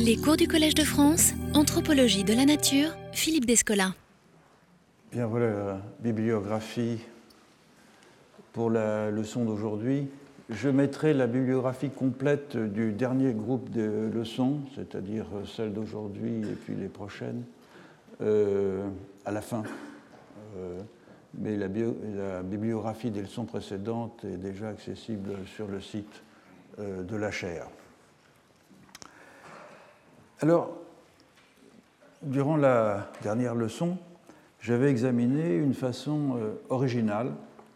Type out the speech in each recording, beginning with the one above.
Les cours du Collège de France, Anthropologie de la nature, Philippe Descola. Bien, voilà la bibliographie pour la leçon d'aujourd'hui. Je mettrai la bibliographie complète du dernier groupe de leçons, c'est-à-dire celle d'aujourd'hui et puis les prochaines, à la fin. Mais la bibliographie des leçons précédentes est déjà accessible sur le site de la chaire. Alors, durant la dernière leçon, j'avais examiné une façon originale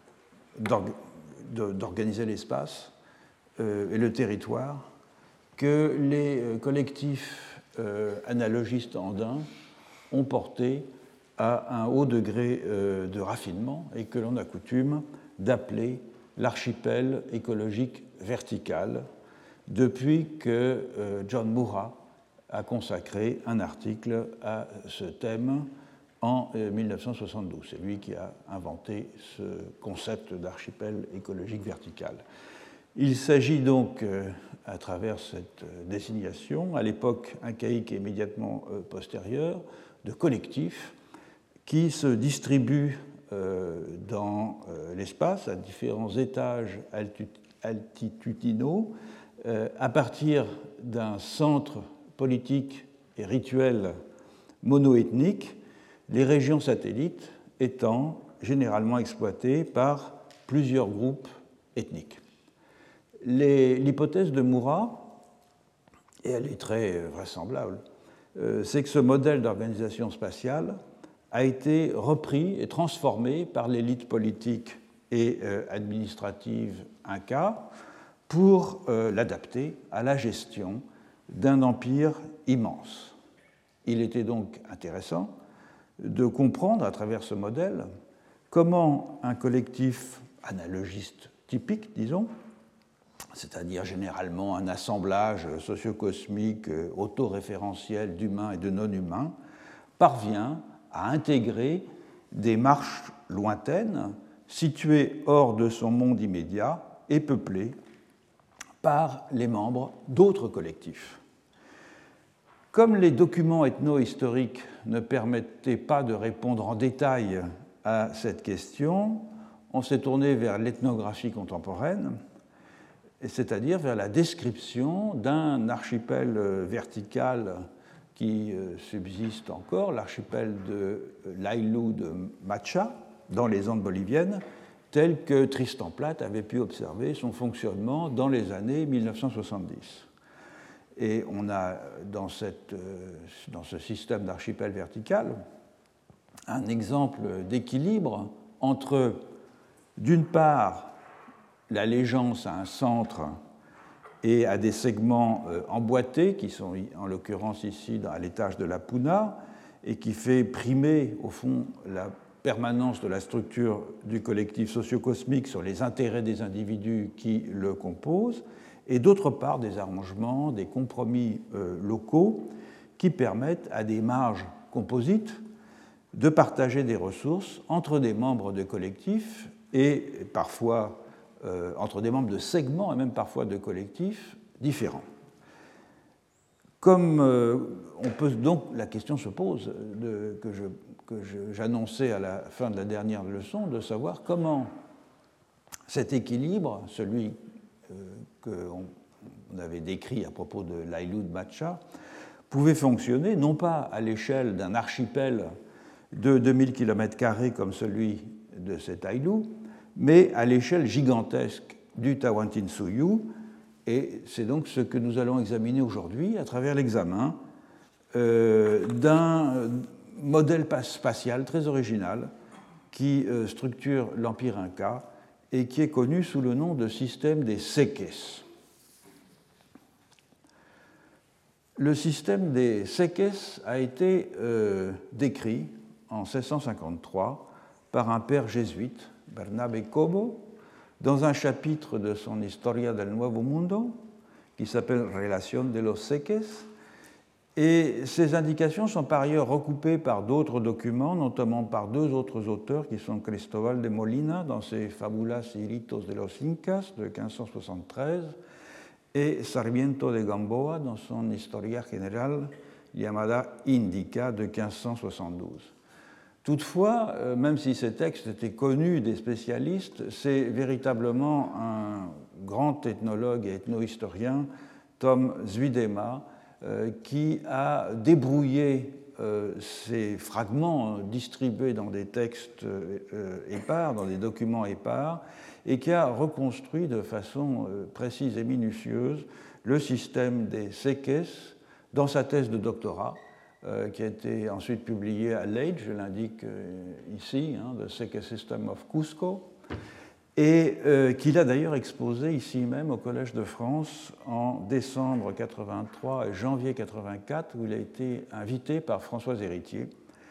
d'organiser l'espace et le territoire que les collectifs analogistes andins ont porté à un haut degré de raffinement et que l'on a coutume d'appeler l'archipel écologique vertical, depuis que John Murrah a consacré un article à ce thème en 1972. C'est lui qui a inventé ce concept d'archipel écologique vertical. Il s'agit donc, à travers cette désignation, à l'époque incaïque et immédiatement postérieure, de collectifs qui se distribuent dans l'espace à différents étages altitudinaux à partir d'un centre politique et rituel monoethnique, les régions satellites étant généralement exploitées par plusieurs groupes ethniques. L'hypothèse de Murrah, et elle est très vraisemblable, c'est que ce modèle d'organisation spatiale a été repris et transformé par l'élite politique et administrative inca pour l'adapter à la gestion d'un empire immense. Il était donc intéressant de comprendre à travers ce modèle comment un collectif analogiste typique, disons, c'est-à-dire généralement un assemblage socio-cosmique autoréférentiel d'humains et de non-humains, parvient à intégrer des marches lointaines situées hors de son monde immédiat et peuplées par les membres d'autres collectifs. Comme les documents ethno-historiques ne permettaient pas de répondre en détail à cette question, on s'est tourné vers l'ethnographie contemporaine, c'est-à-dire vers la description d'un archipel vertical qui subsiste encore, l'archipel de l'Aïlou de Macha, dans les Andes boliviennes, tel que Tristan Platt avait pu observer son fonctionnement dans les années 1970. Et on a dans ce système d'archipel vertical un exemple d'équilibre entre, d'une part, l'allégeance à un centre et à des segments emboîtés, qui sont en l'occurrence ici à l'étage de la Puna, et qui fait primer, au fond, la permanence de la structure du collectif socio-cosmique sur les intérêts des individus qui le composent, et d'autre part des arrangements, des compromis locaux qui permettent à des marges composites de partager des ressources entre des membres de collectifs et parfois entre des membres de segments et même parfois de collectifs différents. Comme on peut donc, la question se pose que j'annonçais à la fin de la dernière leçon, de savoir comment cet équilibre, celui qu'on avait décrit à propos de l'Aïlou de Macha, pouvait fonctionner non pas à l'échelle d'un archipel de 2000 km² comme celui de cet Aïlou, mais à l'échelle gigantesque du Tawantinsuyu, et c'est donc ce que nous allons examiner aujourd'hui à travers l'examen d'un modèle spatial très original qui structure l'Empire Inca et qui est connu sous le nom de système des Seques. Le système des Seques a été décrit en 1653 par un père jésuite, Bernabe Cobo, dans un chapitre de son Historia del Nuevo Mundo, qui s'appelle Relación de los Seques, et ces indications sont par ailleurs recoupées par d'autres documents, notamment par deux autres auteurs qui sont Cristóbal de Molina dans ses Fabulas y ritos de los Incas de 1573 et Sarmiento de Gamboa dans son Historia General llamada Indica de 1572. Toutefois, même si ces textes étaient connus des spécialistes, c'est véritablement un grand ethnologue et ethnohistorien, Tom Zwiedema, qui a débrouillé ces fragments distribués dans des textes épars, dans des documents épars, et qui a reconstruit de façon précise et minutieuse le système des séques dans sa thèse de doctorat, qui a été ensuite publiée à Leiden, je l'indique ici, The Seque System of Cusco, et qu'il a d'ailleurs exposé ici même au Collège de France en décembre 83 et janvier 84, où il a été invité par Françoise Héritier.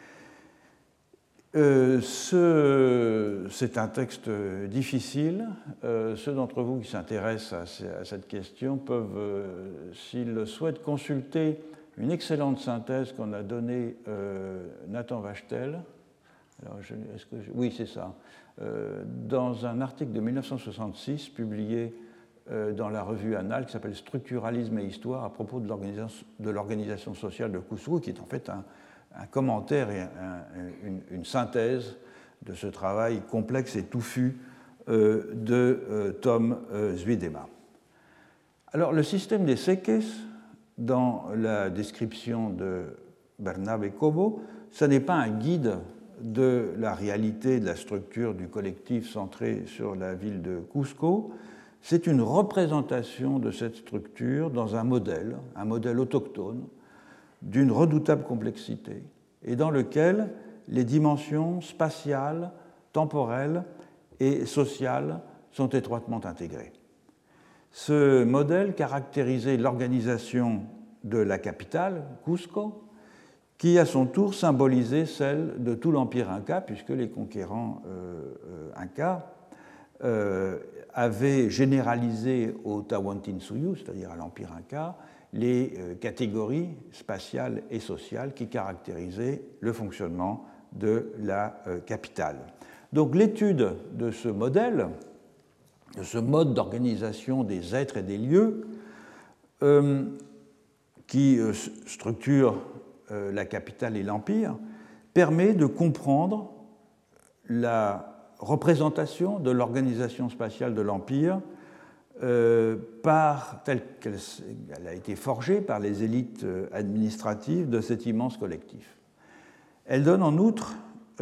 C'est un texte difficile. Ceux d'entre vous qui s'intéressent à cette question peuvent, s'ils le souhaitent, consulter une excellente synthèse qu'on a donnée Nathan Wachtel. Alors, oui, c'est ça. Dans un article de 1966 publié dans la revue Annales qui s'appelle Structuralisme et Histoire à propos de l'organisation sociale de Cusco, qui est en fait un commentaire et une synthèse de ce travail complexe et touffu de Tom Zwiedema. Alors, le système des séques, dans la description de Bernabe Cobo, ce n'est pas un guide de la réalité de la structure du collectif centré sur la ville de Cusco, c'est une représentation de cette structure dans un modèle autochtone, d'une redoutable complexité, et dans lequel les dimensions spatiales, temporelles et sociales sont étroitement intégrées. Ce modèle caractérisait l'organisation de la capitale, Cusco, qui à son tour symbolisait celle de tout l'empire inca, puisque les conquérants incas avaient généralisé au Tawantinsuyu, c'est-à-dire à l'empire inca, les catégories spatiales et sociales qui caractérisaient le fonctionnement de la capitale. Donc l'étude de ce modèle, de ce mode d'organisation des êtres et des lieux qui structure la capitale et l'empire, permet de comprendre la représentation de l'organisation spatiale de l'empire telle qu'elle a été forgée par les élites administratives de cet immense collectif. Elle donne en outre,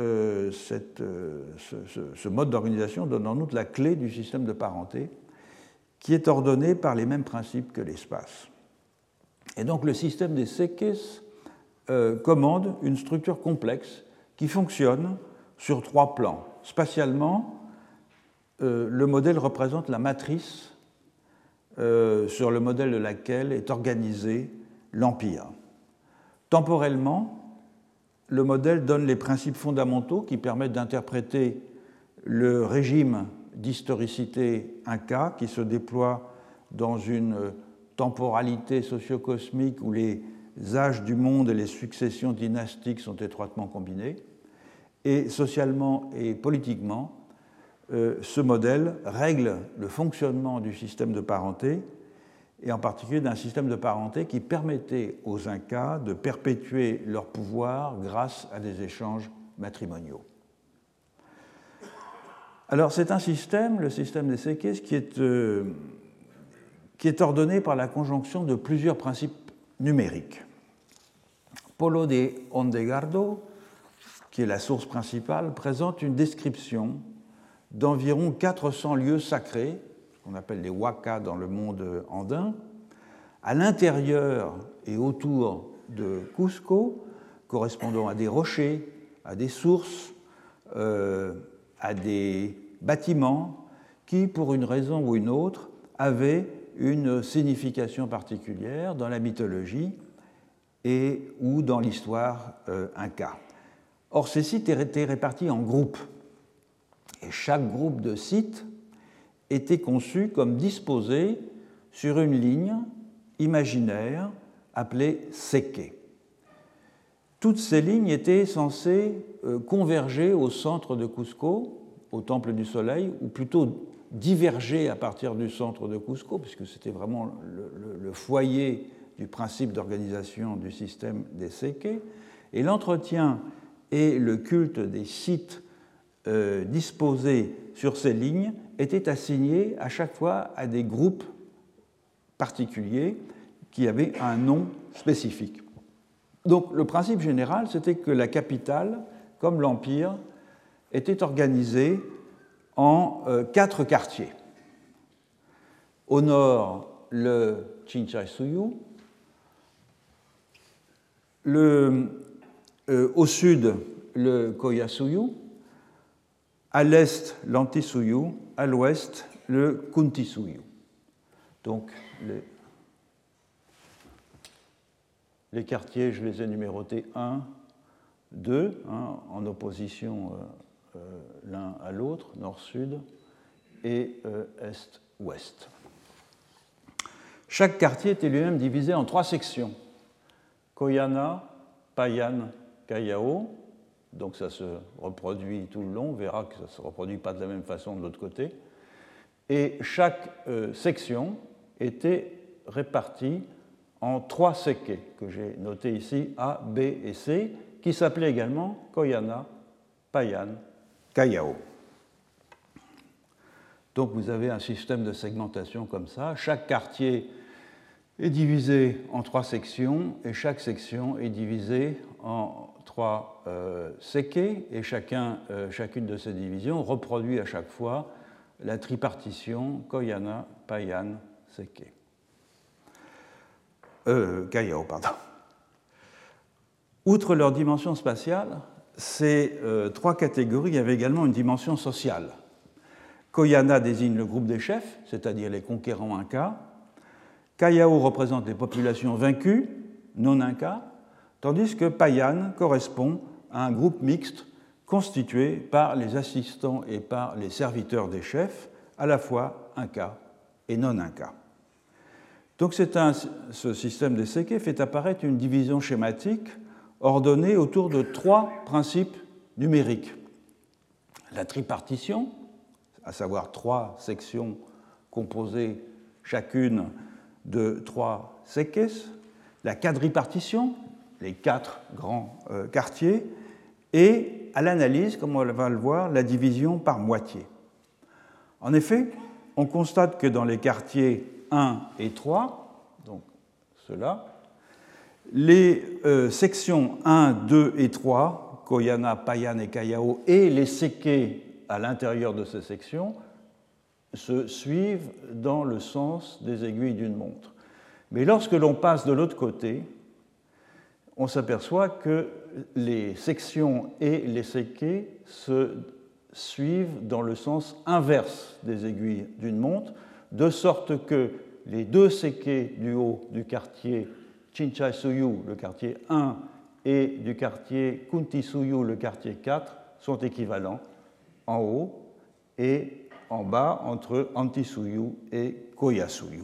ce mode d'organisation donne en outre la clé du système de parenté qui est ordonné par les mêmes principes que l'espace. Et donc le système des séques commande une structure complexe qui fonctionne sur trois plans. Spatialement, le modèle représente la matrice sur le modèle de laquelle est organisé l'empire. Temporellement, le modèle donne les principes fondamentaux qui permettent d'interpréter le régime d'historicité inca qui se déploie dans une temporalité socio-cosmique où les âges du monde et les successions dynastiques sont étroitement combinés. Et socialement et politiquement, ce modèle règle le fonctionnement du système de parenté, et en particulier d'un système de parenté qui permettait aux Incas de perpétuer leur pouvoir grâce à des échanges matrimoniaux. Alors c'est un système, le système des séques, qui est ordonné par la conjonction de plusieurs principes numériques. Polo de Ondegardo, qui est la source principale, présente une description d'environ 400 lieux sacrés, qu'on appelle les wakas dans le monde andin, à l'intérieur et autour de Cusco, correspondant à des rochers, à des sources, à des bâtiments qui, pour une raison ou une autre, avaient une signification particulière dans la mythologie et ou dans l'histoire inca. Or, ces sites étaient répartis en groupes, et chaque groupe de sites était conçu comme disposé sur une ligne imaginaire appelée séque. Toutes ces lignes étaient censées converger au centre de Cusco, au Temple du Soleil, ou plutôt divergé à partir du centre de Cusco, puisque c'était vraiment le foyer du principe d'organisation du système des Seke, et l'entretien et le culte des sites disposés sur ces lignes étaient assignés à chaque fois à des groupes particuliers qui avaient un nom spécifique. Donc le principe général, c'était que la capitale, comme l'Empire, était organisée en 4 quartiers. Au nord, le Chinchasuyu, au sud, le Koyasuyu, à l'est, l'Antisuyu, à l'ouest, le Kuntisuyu. Donc, les quartiers, je les ai numérotés 1, 2, en opposition l'un à l'autre, nord-sud, et est-ouest. Chaque quartier était lui-même divisé en 3 sections. Koyana, Payan, Kayao. Donc ça se reproduit tout le long, on verra que ça ne se reproduit pas de la même façon de l'autre côté. Et chaque section était répartie en 3 seke, que j'ai notés ici, A, B et C, qui s'appelaient également Koyana, Payan, Kayao. Donc vous avez un système de segmentation comme ça. Chaque quartier est divisé en 3 sections, et chaque section est divisée en 3 seke, et chacune de ces divisions reproduit à chaque fois la tripartition Koyana, Payan, Seke. Kayao, pardon. Outre leur dimension spatiale, ces 3 catégories avaient également une dimension sociale. Koyana désigne le groupe des chefs, c'est-à-dire les conquérants incas. Kayao représente les populations vaincues, non incas, tandis que Payan correspond à un groupe mixte constitué par les assistants et par les serviteurs des chefs, à la fois incas et non incas. Donc ce système des seke fait apparaître une division schématique ordonnée autour de 3 principes numériques. La tripartition, à savoir 3 sections composées chacune de 3 sekes, la quadripartition, les 4 grands quartiers, et à l'analyse, comme on va le voir, la division par moitié. En effet, on constate que dans les quartiers 1 et 3, donc ceux-là, les sections 1, 2 et 3, Koyana, Payan et Kayao, et les seke à l'intérieur de ces sections, se suivent dans le sens des aiguilles d'une montre. Mais lorsque l'on passe de l'autre côté, on s'aperçoit que les sections et les seke se suivent dans le sens inverse des aiguilles d'une montre, de sorte que les 2 seke du haut du quartier Chinchasuyu, le quartier 1, et du quartier Kuntisuyu, le quartier 4, sont équivalents en haut et en bas entre Antisuyu et Koyasuyu.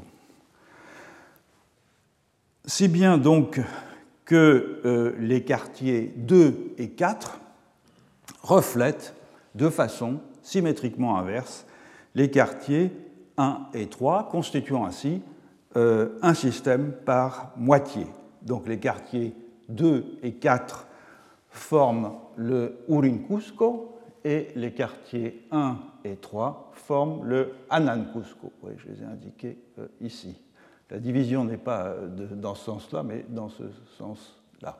Si bien donc que les quartiers 2 et 4 reflètent de façon symétriquement inverse les quartiers 1 et 3, constituant ainsi un système par moitié. Donc les quartiers 2 et 4 forment le Urin-Cusco et les quartiers 1 et 3 forment le Anan-Cusco. Oui, je les ai indiqués ici. La division n'est pas dans ce sens-là, mais dans ce sens-là.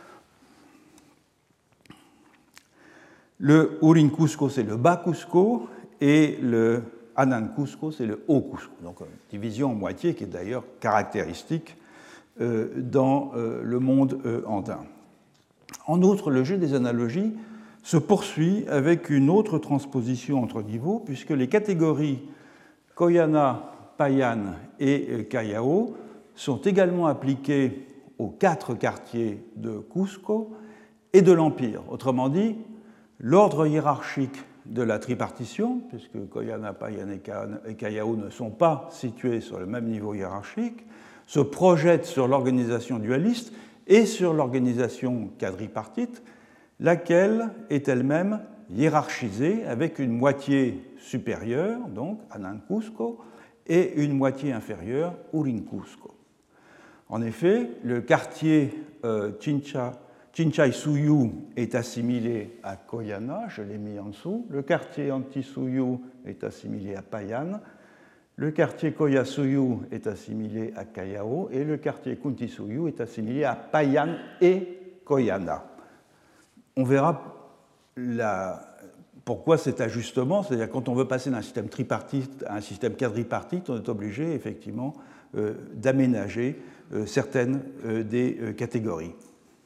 Le Urin-Cusco, c'est le bas Cusco, et le Anan-Cusco, c'est le haut Cusco. Donc une division en moitié qui est d'ailleurs caractéristique dans le monde andin. En outre, le jeu des analogies se poursuit avec une autre transposition entre niveaux, puisque les catégories Koyana, Payan et Kayao sont également appliquées aux 4 quartiers de Cusco et de l'Empire. Autrement dit, l'ordre hiérarchique de la tripartition, puisque Koyana, Payan et Kayao ne sont pas situés sur le même niveau hiérarchique, se projette sur l'organisation dualiste et sur l'organisation quadripartite, laquelle est elle-même hiérarchisée avec une moitié supérieure, donc Anancusco, et une moitié inférieure, Urincusco. En effet, le quartier Chinchaysuyu est assimilé à Koyana, je l'ai mis en dessous. Le quartier Antisuyu est assimilé à Payan. Le quartier Koyasuyu est assimilé à Kayao. Et le quartier Kuntisuyu est assimilé à Payan et Koyana. On verra pourquoi cet ajustement, c'est-à-dire quand on veut passer d'un système tripartite à un système quadripartite, on est obligé effectivement d'aménager certaines des catégories.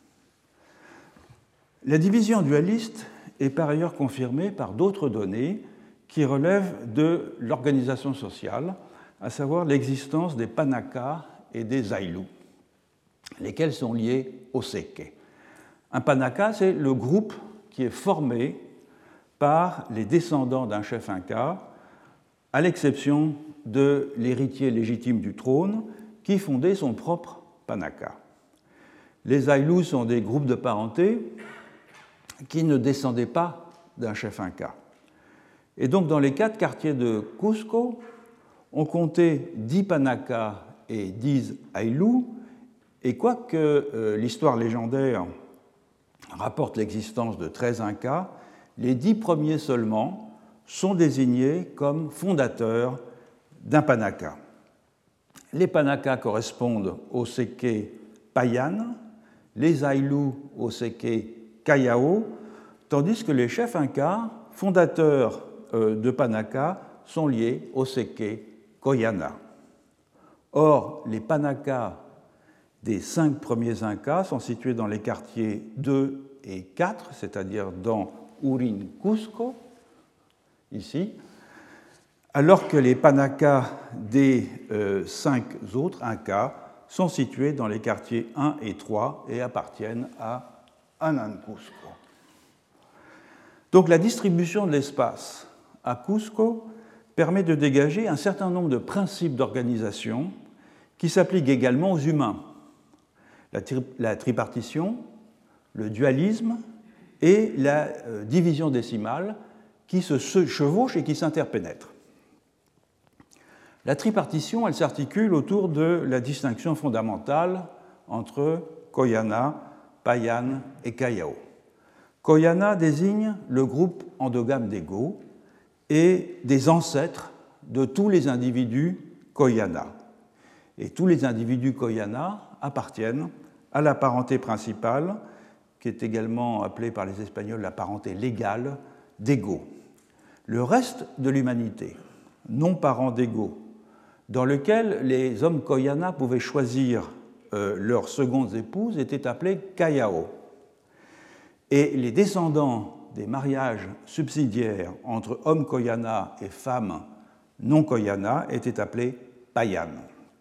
La division dualiste est par ailleurs confirmée par d'autres données qui relèvent de l'organisation sociale, à savoir l'existence des Panaka et des Aïlous, lesquels sont liés au Seke. Un Panaka, c'est le groupe qui est formé par les descendants d'un chef inca, à l'exception de l'héritier légitime du trône, qui fondait son propre Panaka. Les Aïlous sont des groupes de parenté qui ne descendaient pas d'un chef inca. Et donc, dans les 4 quartiers de Cusco, on comptait 10 Panaka et 10 Aïlous, et quoique l'histoire légendaire rapporte l'existence de 13 Incas, les 10 premiers seulement sont désignés comme fondateurs d'un Panaka. Les Panaka correspondent au Seke Payan, les Aïlous au Seke Kayao, tandis que les chefs Incas, fondateurs de Panaka, sont liés au Seke Koyana. Or, les Panaka des 5 premiers Incas sont situés dans les quartiers 2 et 4, c'est-à-dire dans Urincusco, ici, alors que les Panaka des 5 autres Incas sont situés dans les quartiers 1 et 3 et appartiennent à Anancusco. Donc la distribution de l'espace à Cusco permet de dégager un certain nombre de principes d'organisation qui s'appliquent également aux humains. La tripartition, le dualisme et la division décimale qui se chevauchent et qui s'interpénètrent. La tripartition, elle s'articule autour de la distinction fondamentale entre Koyana, Payan et Kayao. Koyana désigne le groupe endogame d'égaux et des ancêtres de tous les individus Koyana. Et tous les individus Koyana appartiennent à la parenté principale, qui est également appelée par les Espagnols la parenté légale d'égaux. Le reste de l'humanité, non parent d'égaux, dans lequel les hommes Koyana pouvaient choisir leurs secondes épouses, était appelé Kayao. Et les descendants des mariages subsidiaires entre hommes Koyana et femmes non Koyana étaient appelés Payan.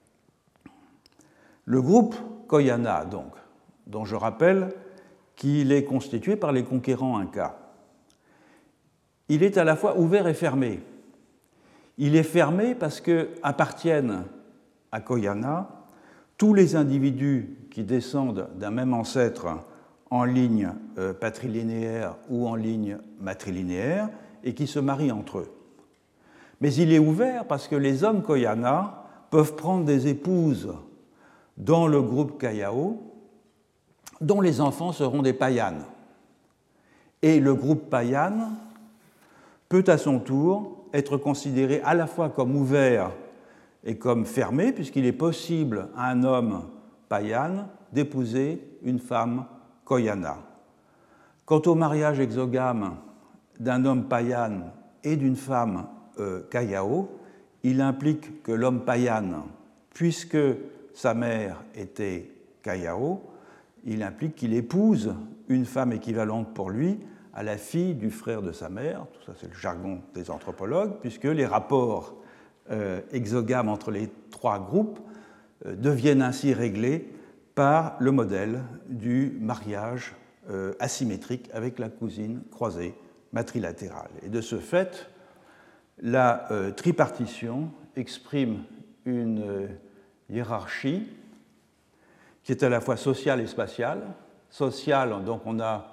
Le groupe Koyana, donc, dont je rappelle qu'il est constitué par les conquérants incas, il est à la fois ouvert et fermé. Il est fermé parce qu'appartiennent à Koyana tous les individus qui descendent d'un même ancêtre en ligne patrilinéaire ou en ligne matrilinéaire et qui se marient entre eux. Mais il est ouvert parce que les hommes Koyana peuvent prendre des épouses dans le groupe Kayao dont les enfants seront des Payanes. Et le groupe Payan peut à son tour être considéré à la fois comme ouvert et comme fermé, puisqu'il est possible à un homme Payan d'épouser une femme Koyana. Quant au mariage exogame d'un homme Payan et d'une femme Kayao, il implique que l'homme Payan, puisque sa mère était Kayao, il implique qu'il épouse une femme équivalente pour lui à la fille du frère de sa mère. Tout ça, c'est le jargon des anthropologues, puisque les rapports exogames entre les 3 groupes deviennent ainsi réglés par le modèle du mariage asymétrique avec la cousine croisée matrilatérale. Et de ce fait, la tripartition exprime une hiérarchie qui est à la fois sociale et spatiale. Sociale, donc on a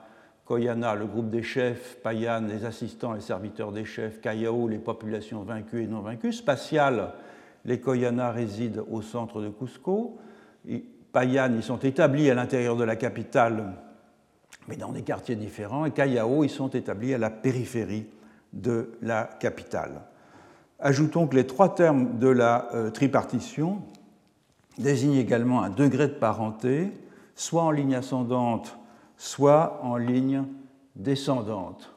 Koyana, le groupe des chefs, Payan, les assistants, les serviteurs des chefs, Kayao, les populations vaincues et non vaincues. Spatial, les Koyana résident au centre de Cusco. Payan, ils sont établis à l'intérieur de la capitale, mais dans des quartiers différents. Et Kayao, ils sont établis à la périphérie de la capitale. Ajoutons que les trois termes de la tripartition désignent également un degré de parenté, soit en ligne ascendante, soit en ligne descendante.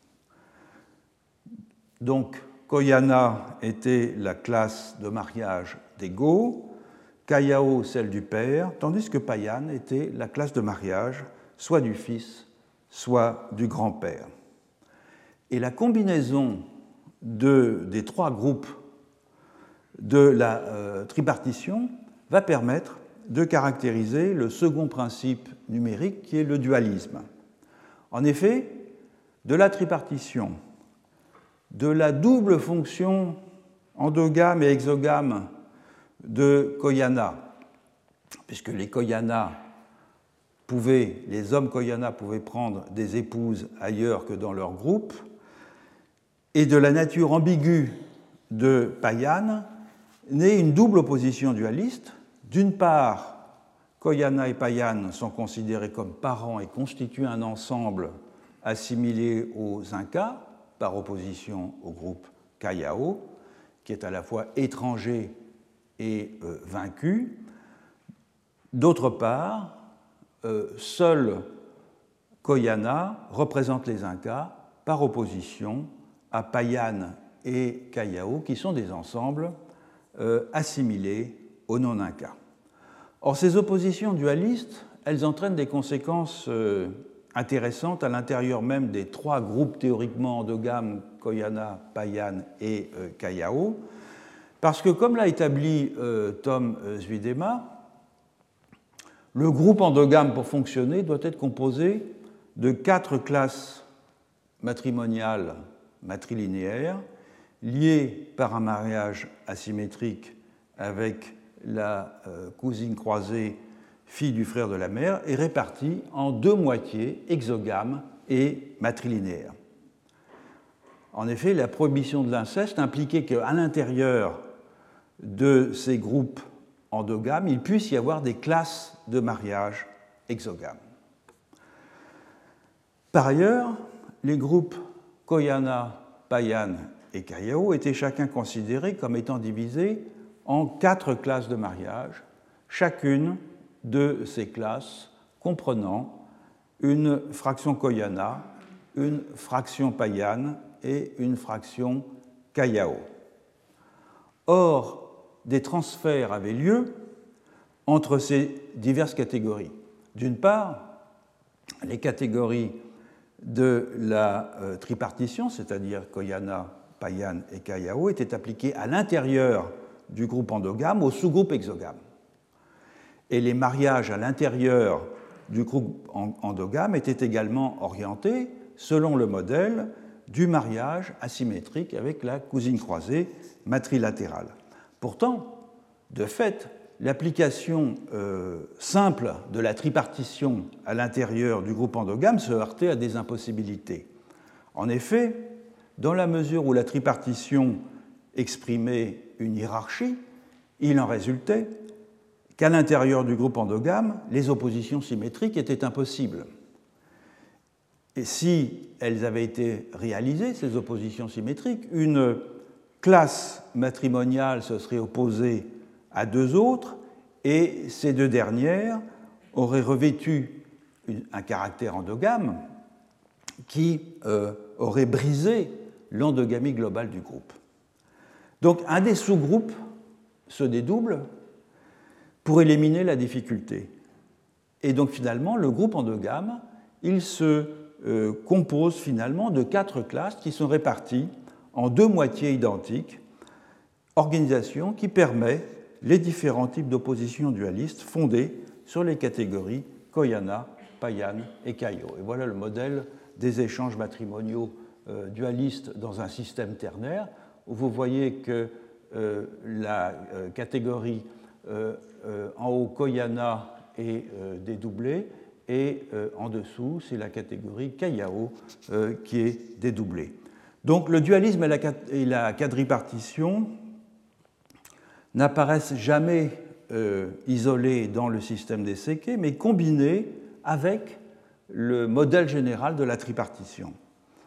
Donc, Koyana était la classe de mariage des Go, Kayao celle du père, tandis que Payan était la classe de mariage soit du fils, soit du grand-père. Et la combinaison des trois groupes de la tripartition va permettre de caractériser le second principe numérique qui est le dualisme. En effet, de la tripartition, de la double fonction endogame et exogame de Koyana, puisque les hommes Koyana pouvaient prendre des épouses ailleurs que dans leur groupe, et de la nature ambiguë de Payan, naît une double opposition dualiste. D'une part, Koyana et Payan sont considérés comme parents et constituent un ensemble assimilé aux Incas, par opposition au groupe Kayao, qui est à la fois étranger et vaincu. D'autre part, seul Koyana représente les Incas par opposition à Payan et Kayao, qui sont des ensembles assimilés aux non-Incas. Or, ces oppositions dualistes, elles entraînent des conséquences intéressantes à l'intérieur même des trois groupes théoriquement endogames, Koyana, Payan et Kayao, parce que, comme l'a établi Tom Zwiedema, le groupe endogame, pour fonctionner, doit être composé de 4 classes matrimoniales matrilinéaires liées par un mariage asymétrique avec la cousine croisée, fille du frère de la mère, est répartie en 2 moitiés exogames et matrilinéaires. En effet, la prohibition de l'inceste impliquait qu'à l'intérieur de ces groupes endogames, il puisse y avoir des classes de mariage exogames. Par ailleurs, les groupes Koyana, Payan et Kayao étaient chacun considérés comme étant divisés en 4 classes de mariage, chacune de ces classes comprenant une fraction Koyana, une fraction Payan et une fraction Kayao. Or, des transferts avaient lieu entre ces diverses catégories. D'une part, les catégories de la tripartition, c'est-à-dire Koyana, Payan et Kayao, étaient appliquées à l'intérieur du groupe endogame au sous-groupe exogame. Et les mariages à l'intérieur du groupe endogame étaient également orientés selon le modèle du mariage asymétrique avec la cousine croisée matrilatérale. Pourtant, de fait, l'application simple de la tripartition à l'intérieur du groupe endogame se heurtait à des impossibilités. En effet, dans la mesure où la tripartition exprimait une hiérarchie, il en résultait qu'à l'intérieur du groupe endogame, les oppositions symétriques étaient impossibles. Et si elles avaient été réalisées, ces oppositions symétriques, une classe matrimoniale se serait opposée à 2 autres, et ces 2 dernières auraient revêtu un caractère endogame qui aurait brisé l'endogamie globale du groupe. Donc un des sous-groupes se dédouble pour éliminer la difficulté. Et donc finalement, le groupe endogame, il se compose finalement de 4 classes qui sont réparties en 2 moitiés identiques, organisation qui permet les différents types d'oppositions dualistes fondées sur les catégories Koyana, Payan et Kayao. Et voilà le modèle des échanges matrimoniaux dualistes dans un système ternaire, où vous voyez que la catégorie en haut Koyana est dédoublée et en dessous, c'est la catégorie Callao qui est dédoublée. Donc le dualisme et la quadripartition n'apparaissent jamais isolés dans le système des Seke, mais combinés avec le modèle général de la tripartition.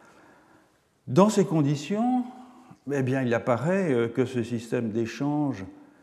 Dans ces conditions, eh bien, il apparaît que ce système d'échange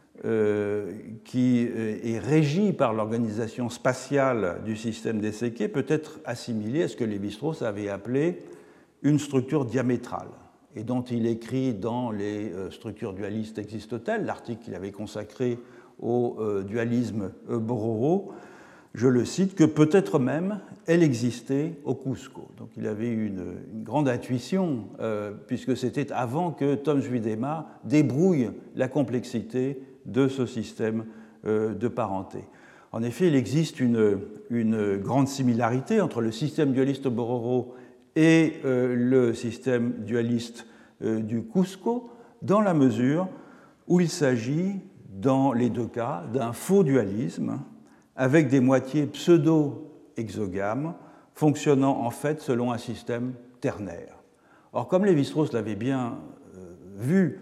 qui est régi par l'organisation spatiale du système des Seke peut être assimilé à ce que Lévi-Strauss avait appelé une structure diamétrale, et dont il écrit dans les structures dualistes existent-elles, l'article qu'il avait consacré au dualisme Bororo, je le cite, que peut-être même elle existait au Cusco. Donc il avait une grande intuition, puisque c'était avant que Tom Juidema débrouille la complexité de ce système de parenté. En effet, il existe une grande similarité entre le système dualiste Bororo et le système dualiste du Cusco, dans la mesure où il s'agit, dans les deux cas, d'un faux dualisme avec des moitiés pseudo-exogames fonctionnant en fait selon un système ternaire. Or, comme Lévi-Strauss l'avait bien vu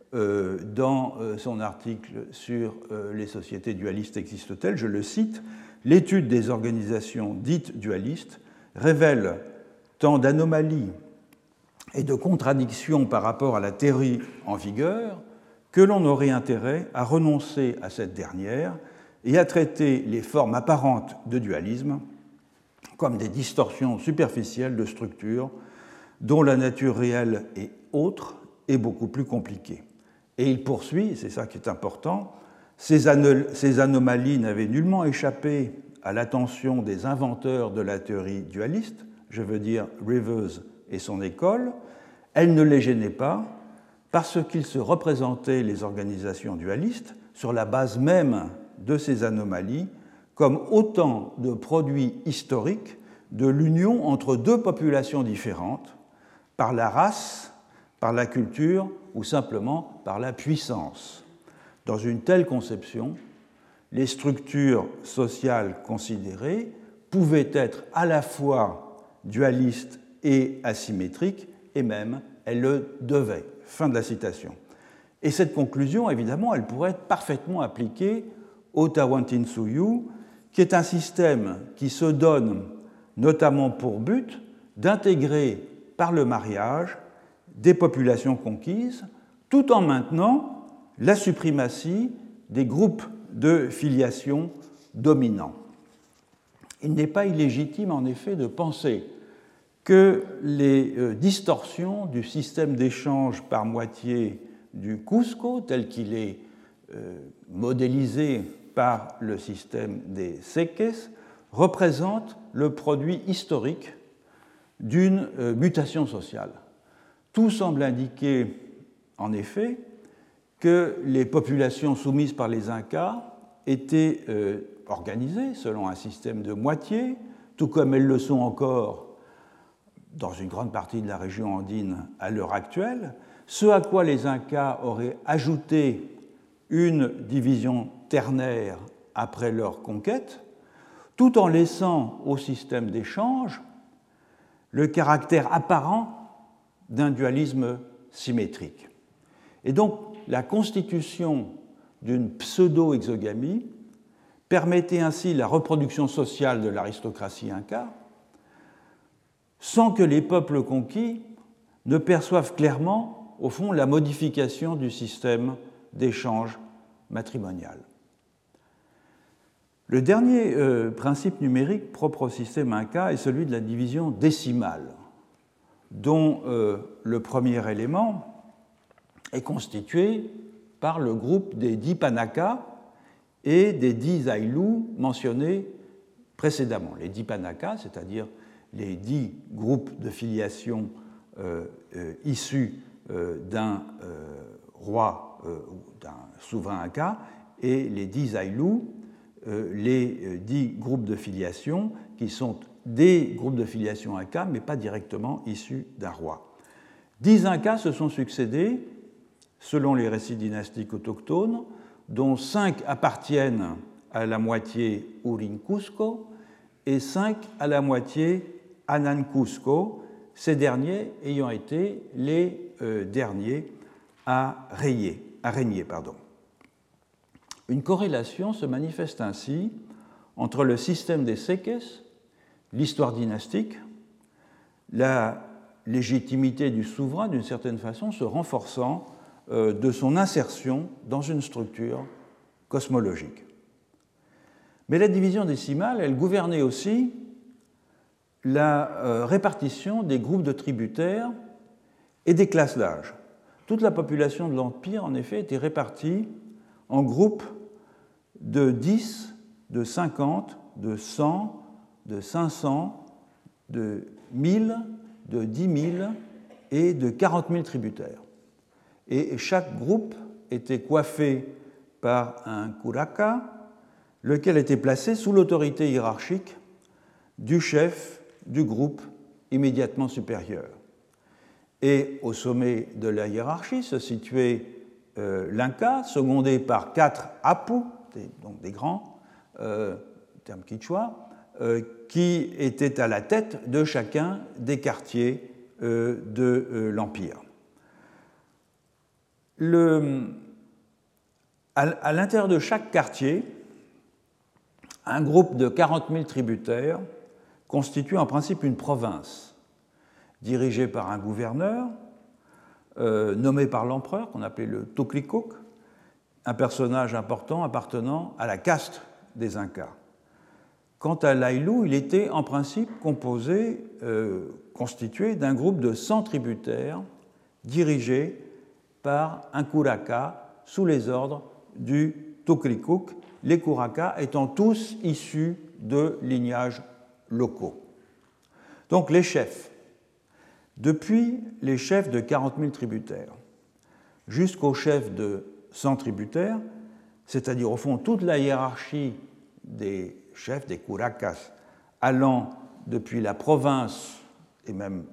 dans son article sur les sociétés dualistes existent-elles, je le cite, l'étude des organisations dites dualistes révèle tant d'anomalies et de contradictions par rapport à la théorie en vigueur que l'on aurait intérêt à renoncer à cette dernière et à traiter les formes apparentes de dualisme comme des distorsions superficielles de structures dont la nature réelle est autre et beaucoup plus compliquée. Et il poursuit, et c'est ça qui est important, ces anomalies n'avaient nullement échappé à l'attention des inventeurs de la théorie dualiste, je veux dire Rivers et son école, elles ne les gênaient pas parce qu'ils se représentaient les organisations dualistes sur la base même de ces anomalies comme autant de produits historiques de l'union entre deux populations différentes par la race, par la culture ou simplement par la puissance. Dans une telle conception, les structures sociales considérées pouvaient être à la fois dualistes et asymétriques, et même elles le devaient. Fin de la citation. Et cette conclusion, évidemment, elle pourrait être parfaitement appliquée au Tawantinsuyu, qui est un système qui se donne notamment pour but d'intégrer par le mariage des populations conquises, tout en maintenant la suprématie des groupes de filiation dominants. Il n'est pas illégitime, en effet, de penser que les distorsions du système d'échange par moitié du Cusco, tel qu'il est modélisé par le système des Seques, représentent le produit historique d'une mutation sociale. Tout semble indiquer, en effet, que les populations soumises par les Incas étaient organisées selon un système de moitié, tout comme elles le sont encore dans une grande partie de la région andine à l'heure actuelle, ce à quoi les Incas auraient ajouté une division ternaire après leur conquête, tout en laissant au système d'échange le caractère apparent d'un dualisme symétrique. Et donc, la constitution d'une pseudo-exogamie permettait ainsi la reproduction sociale de l'aristocratie inca, sans que les peuples conquis ne perçoivent clairement, au fond, la modification du système d'échange matrimonial. Le dernier principe numérique propre au système inca est celui de la division décimale, dont le premier élément est constitué par le groupe des 10 Panaka et des 10 Aïlou mentionnés précédemment. Les 10 Panaka, c'est-à-dire les 10 groupes de filiation issus d'un roi ou d'un souverain inca, et les 10 Aïlou, les 10 groupes de filiation qui sont des groupes de filiation inca, mais pas directement issus d'un roi. 10 Incas se sont succédés, selon les récits dynastiques autochtones, dont 5 appartiennent à la moitié Urin-Cusco et 5 à la moitié Anancusco, ces derniers ayant été les derniers à régner. Une corrélation se manifeste ainsi entre le système des séques, l'histoire dynastique, la légitimité du souverain, d'une certaine façon, se renforçant de son insertion dans une structure cosmologique. Mais la division décimale, elle gouvernait aussi la répartition des groupes de tributaires et des classes d'âge. Toute la population de l'Empire, en effet, était répartie en groupes de 10, de 50, de 100, de 500, de 1000, de 10 000 et de 40 000 tributaires. Et chaque groupe était coiffé par un curaca, lequel était placé sous l'autorité hiérarchique du chef du groupe immédiatement supérieur. Et au sommet de la hiérarchie se situait l'Inca, secondé par 4 apu, donc des grands, terme quichua, qui étaient à la tête de chacun des quartiers de l'Empire. À l'intérieur de chaque quartier, un groupe de 40 000 tributaires constitue en principe une province, dirigée par un gouverneur, nommé par l'empereur, qu'on appelait le Toclicoc, un personnage important appartenant à la caste des Incas. Quant à l'Ailú, il était en principe constitué d'un groupe de 100 tributaires dirigés par un curaca sous les ordres du Toclicoc, les curacas étant tous issus de lignages locaux. Donc les chefs, depuis les chefs de 40 000 tributaires jusqu'aux chefs de 100 tributaires, c'est-à-dire au fond toute la hiérarchie des chefs, des curacas, allant depuis la province et même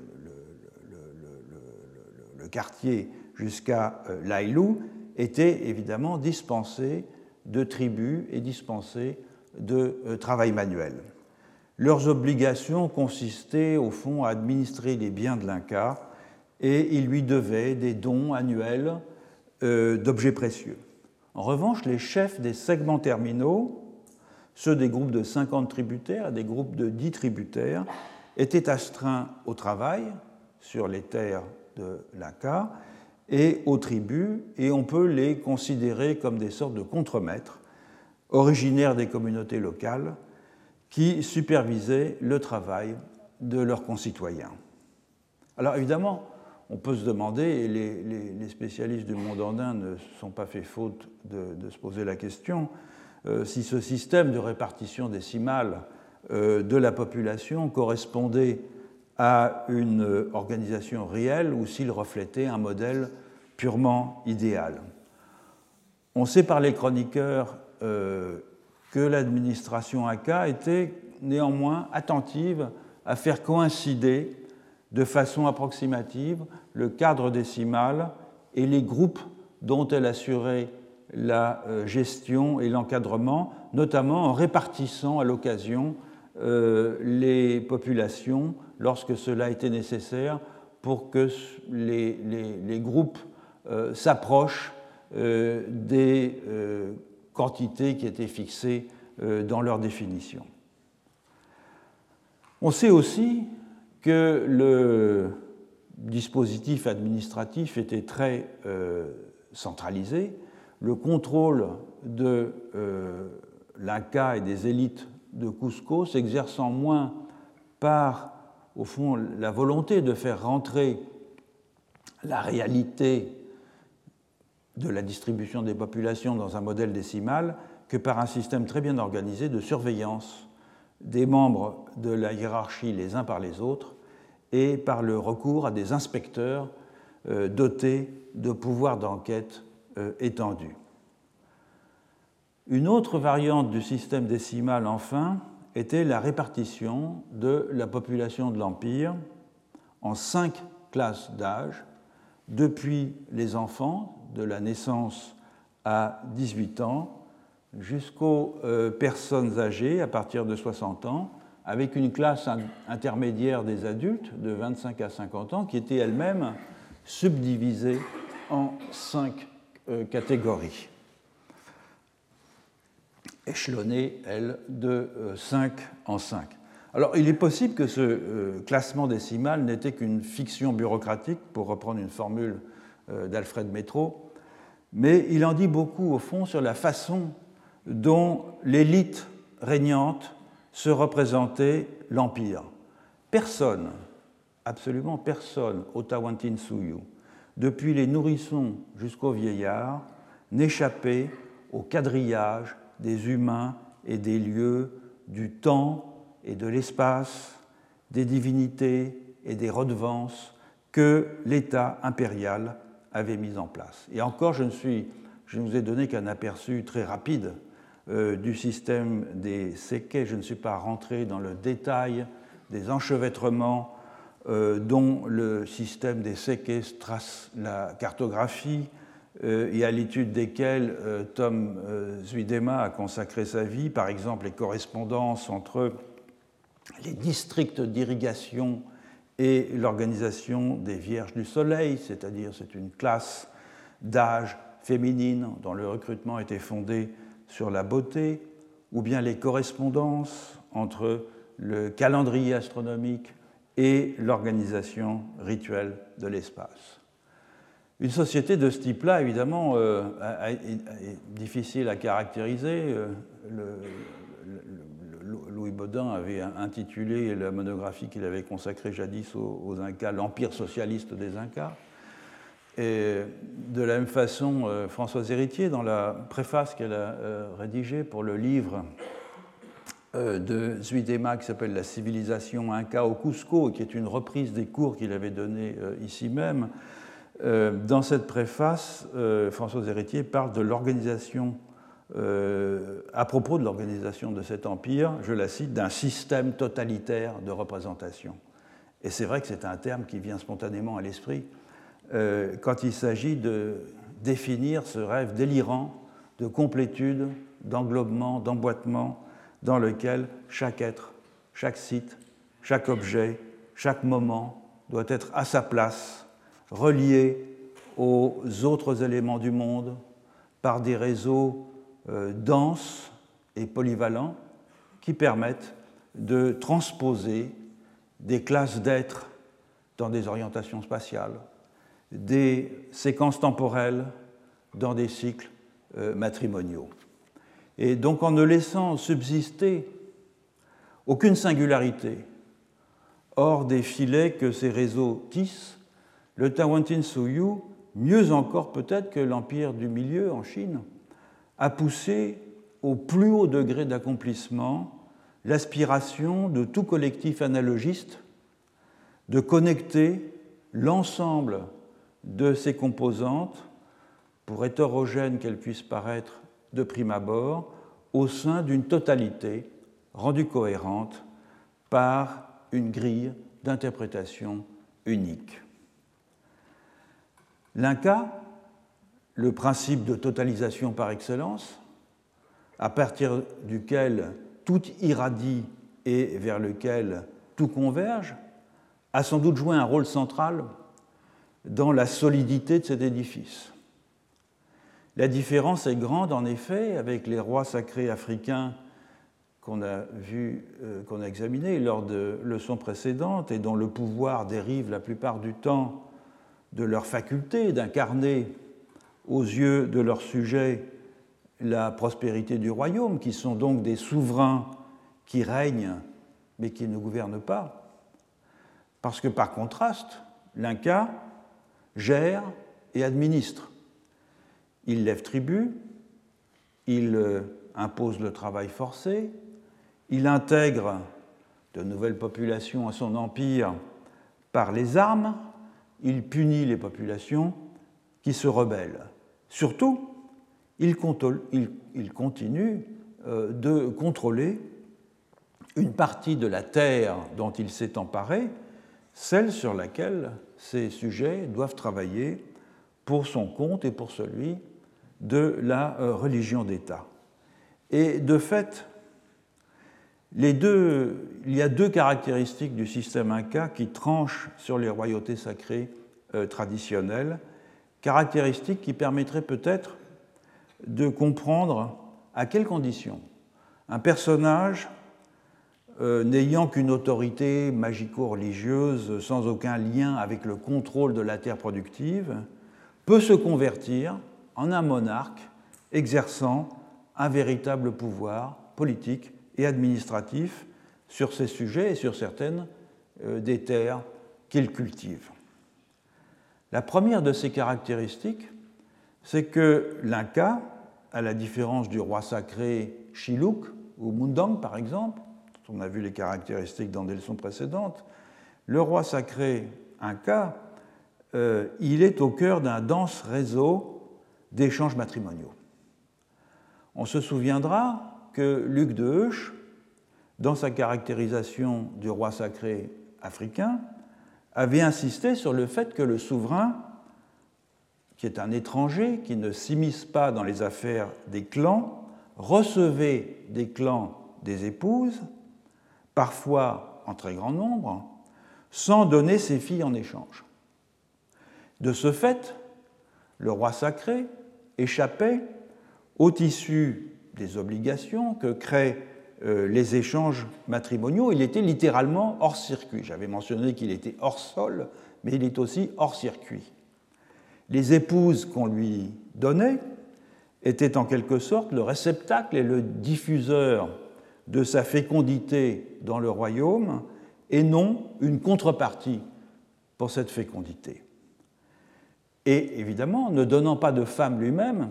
le quartier jusqu'à l'Ailú, étaient évidemment dispensés de tribut et dispensés de travail manuel. Leurs obligations consistaient au fond à administrer les biens de l'Inca et ils lui devaient des dons annuels d'objets précieux. En revanche, les chefs des segments terminaux, ceux des groupes de 50 tributaires et des groupes de 10 tributaires, étaient astreints au travail sur les terres de l'Inca et aux tribus, et on peut les considérer comme des sortes de contremaîtres originaires des communautés locales qui supervisaient le travail de leurs concitoyens. Alors évidemment, on peut se demander, et les spécialistes du monde andin ne se sont pas fait faute de se poser la question, si ce système de répartition décimale de la population correspondait à une organisation réelle ou s'il reflétait un modèle purement idéal. On sait par les chroniqueurs que l'administration Inca était néanmoins attentive à faire coïncider de façon approximative le cadre décimal et les groupes dont elle assurait la gestion et l'encadrement, notamment en répartissant à l'occasion les populations lorsque cela était nécessaire pour que les groupes s'approchent des quantités qui étaient fixées dans leur définition. On sait aussi que le dispositif administratif était très centralisé. Le contrôle de l'Inca et des élites de Cusco s'exerçant moins par, au fond, la volonté de faire rentrer la réalité de la distribution des populations dans un modèle décimal que par un système très bien organisé de surveillance des membres de la hiérarchie les uns par les autres et par le recours à des inspecteurs dotés de pouvoirs d'enquête étendus. Une autre variante du système décimal, enfin, était la répartition de la population de l'Empire en 5 classes d'âge, depuis les enfants, de la naissance à 18 ans, jusqu'aux personnes âgées à partir de 60 ans, avec une classe intermédiaire des adultes de 25 à 50 ans qui était elle-même subdivisée en 5 catégories, échelonnée, elle, de 5 en 5. Alors, il est possible que ce classement décimal n'était qu'une fiction bureaucratique, pour reprendre une formule d'Alfred Métro, mais il en dit beaucoup, au fond, sur la façon dont l'élite régnante se représentait l'Empire. Personne, absolument personne, au Tawantinsuyu, depuis les nourrissons jusqu'aux vieillards, n'échappait au quadrillage des humains et des lieux, du temps et de l'espace, des divinités et des redevances que l'État impérial avait mis en place. Et encore, je ne vous ai donné qu'un aperçu très rapide du système des séquets. Je ne suis pas rentré dans le détail des enchevêtrements dont le système des séquets trace la cartographie et à l'étude desquels Tom Zuidema a consacré sa vie, par exemple les correspondances entre les districts d'irrigation et l'organisation des Vierges du Soleil, c'est-à-dire c'est une classe d'âge féminine dont le recrutement était fondé sur la beauté, ou bien les correspondances entre le calendrier astronomique et l'organisation rituelle de l'espace. Une société de ce type-là, évidemment, est difficile à caractériser. Louis Baudin avait intitulé la monographie qu'il avait consacrée jadis aux Incas, l'Empire socialiste des Incas. Et de la même façon, Françoise Héritier, dans la préface qu'elle a rédigée pour le livre de Zuidema qui s'appelle La civilisation Inca au Cusco, qui est une reprise des cours qu'il avait donnés ici même, dans cette préface, Françoise Héritier parle de l'organisation, à propos de l'organisation de cet empire, je la cite, d'un système totalitaire de représentation. Et c'est vrai que c'est un terme qui vient spontanément à l'esprit quand il s'agit de définir ce rêve délirant de complétude, d'englobement, d'emboîtement, dans lequel chaque être, chaque site, chaque objet, chaque moment doit être à sa place, relié aux autres éléments du monde par des réseaux denses et polyvalents qui permettent de transposer des classes d'êtres dans des orientations spatiales, des séquences temporelles dans des cycles matrimoniaux. Et donc en ne laissant subsister aucune singularité hors des filets que ces réseaux tissent, le Tawantinsuyu, mieux encore peut-être que l'Empire du Milieu en Chine, a poussé au plus haut degré d'accomplissement l'aspiration de tout collectif analogiste de connecter l'ensemble de ces composantes, pour hétérogènes qu'elles puissent paraître de prime abord, au sein d'une totalité rendue cohérente par une grille d'interprétation unique. L'Inca, le principe de totalisation par excellence, à partir duquel tout irradie et vers lequel tout converge, a sans doute joué un rôle central dans la solidité de cet édifice. La différence est grande, en effet, avec les rois sacrés africains qu'on a examinés lors de leçons précédentes et dont le pouvoir dérive la plupart du temps de leur faculté d'incarner aux yeux de leurs sujets la prospérité du royaume, qui sont donc des souverains qui règnent mais qui ne gouvernent pas. Parce que par contraste, l'Inca gère et administre. Il lève tribut, il impose le travail forcé, il intègre de nouvelles populations à son empire par les armes, il punit les populations qui se rebellent. Surtout, il continue de contrôler une partie de la terre dont il s'est emparé, celle sur laquelle ces sujets doivent travailler pour son compte et pour celui de la religion d'État. Et de fait, il y a deux caractéristiques du système inca qui tranchent sur les royautés sacrées traditionnelles, caractéristiques qui permettraient peut-être de comprendre à quelles conditions un personnage n'ayant qu'une autorité magico-religieuse sans aucun lien avec le contrôle de la terre productive peut se convertir en un monarque exerçant un véritable pouvoir politique et administratif sur ces sujets et sur certaines des terres qu'il cultive. La première de ces caractéristiques, c'est que l'Inca, à la différence du roi sacré Chiluk ou Mundang par exemple, on a vu les caractéristiques dans des leçons précédentes, le roi sacré Inca, il est au cœur d'un dense réseau d'échanges matrimoniaux. On se souviendra que Luc de Heusch, dans sa caractérisation du roi sacré africain, avait insisté sur le fait que le souverain, qui est un étranger, qui ne s'immisce pas dans les affaires des clans, recevait des clans des épouses, parfois en très grand nombre, sans donner ses filles en échange. De ce fait, le roi sacré échappait au tissu des obligations que créent les échanges matrimoniaux. Il était littéralement hors circuit. J'avais mentionné qu'il était hors sol, mais il est aussi hors circuit. Les épouses qu'on lui donnait étaient en quelque sorte le réceptacle et le diffuseur de sa fécondité dans le royaume et non une contrepartie pour cette fécondité. Et évidemment, ne donnant pas de femme lui-même,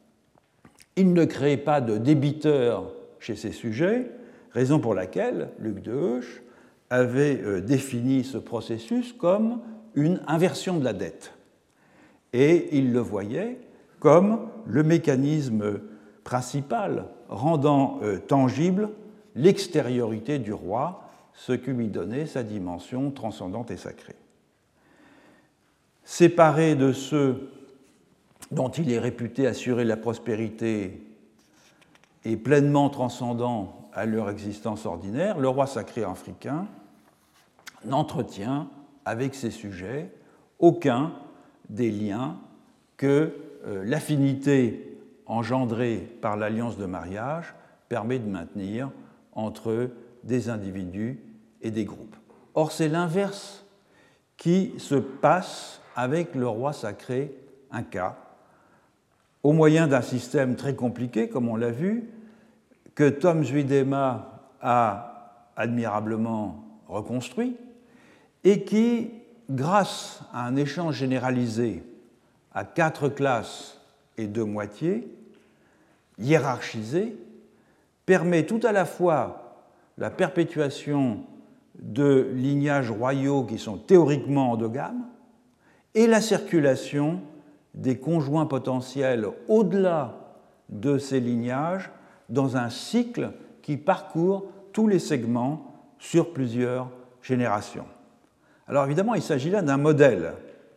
il ne créait pas de débiteur chez ses sujets, raison pour laquelle Luc de Heusch avait défini ce processus comme une inversion de la dette. Et il le voyait comme le mécanisme principal rendant tangible l'extériorité du roi, ce qui lui donnait sa dimension transcendante et sacrée. Séparé de ceux dont il est réputé assurer la prospérité et pleinement transcendant à leur existence ordinaire, le roi sacré africain n'entretient avec ses sujets aucun des liens que l'affinité engendrée par l'alliance de mariage permet de maintenir entre des individus et des groupes. Or, c'est l'inverse qui se passe avec le roi sacré Inca, au moyen d'un système très compliqué, comme on l'a vu, que Tom Zuidema a admirablement reconstruit et qui, grâce à un échange généralisé à 4 classes et 2 moitiés, hiérarchisées, permet tout à la fois la perpétuation de lignages royaux qui sont théoriquement endogames et la circulation des conjoints potentiels au-delà de ces lignages dans un cycle qui parcourt tous les segments sur plusieurs générations. Alors évidemment, il s'agit là d'un modèle.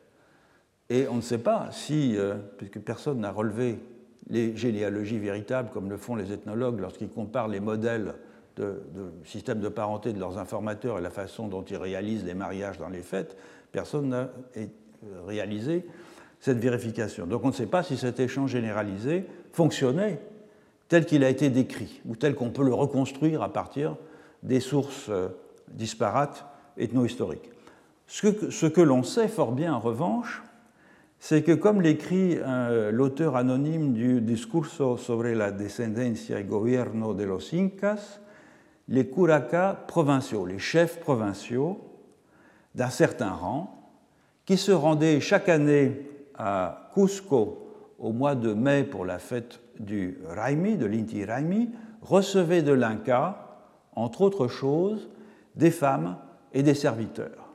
Et on ne sait pas si, puisque personne n'a relevé les généalogies véritables comme le font les ethnologues lorsqu'ils comparent les modèles de systèmes de parenté de leurs informateurs et la façon dont ils réalisent les mariages dans les fêtes, personne n'a réalisé cette vérification. Donc on ne sait pas si cet échange généralisé fonctionnait tel qu'il a été décrit ou tel qu'on peut le reconstruire à partir des sources disparates ethno-historiques. Ce que l'on sait fort bien en revanche, c'est que, comme l'écrit l'auteur anonyme du Discurso sobre la descendencia y gobierno de los Incas, les curacas provinciaux, les chefs provinciaux d'un certain rang, qui se rendaient chaque année à Cusco au mois de mai pour la fête du Raimi, de l'Inti Raimi, recevaient de l'Inca, entre autres choses, des femmes et des serviteurs.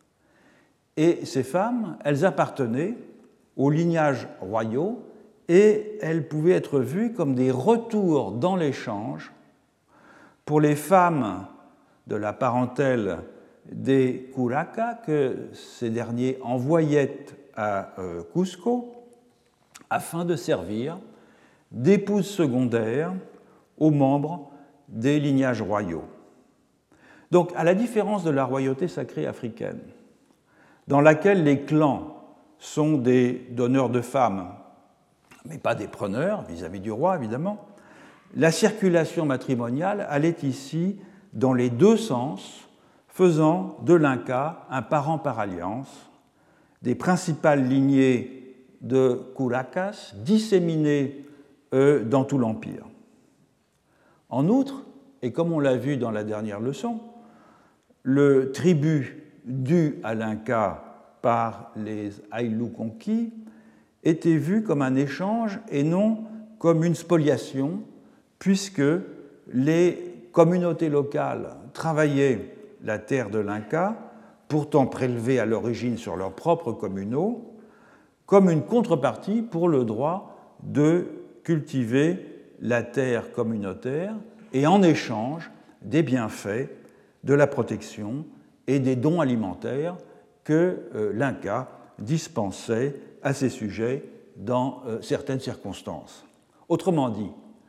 Et ces femmes, elles appartenaient aux lignages royaux et elles pouvaient être vues comme des retours dans l'échange pour les femmes de la parentèle des curacas que ces derniers envoyaient à Cusco afin de servir d'épouses secondaires aux membres des lignages royaux. Donc, à la différence de la royauté sacrée africaine, dans laquelle les clans sont des donneurs de femmes, mais pas des preneurs vis-à-vis du roi, évidemment, la circulation matrimoniale allait ici dans les deux sens, faisant de l'Inca un parent par alliance des principales lignées de Curaças disséminées dans tout l'Empire. En outre, et comme on l'a vu dans la dernière leçon, le tribut dû à l'Inca par les Ayllu conquis était vu comme un échange et non comme une spoliation, puisque les communautés locales travaillaient la terre de l'Inca, pourtant prélevée à l'origine sur leurs propres communaux, comme une contrepartie pour le droit de cultiver la terre communautaire et en échange des bienfaits de la protection et des dons alimentaires que l'Inca dispensait à ses sujets dans certaines circonstances. Autrement dit,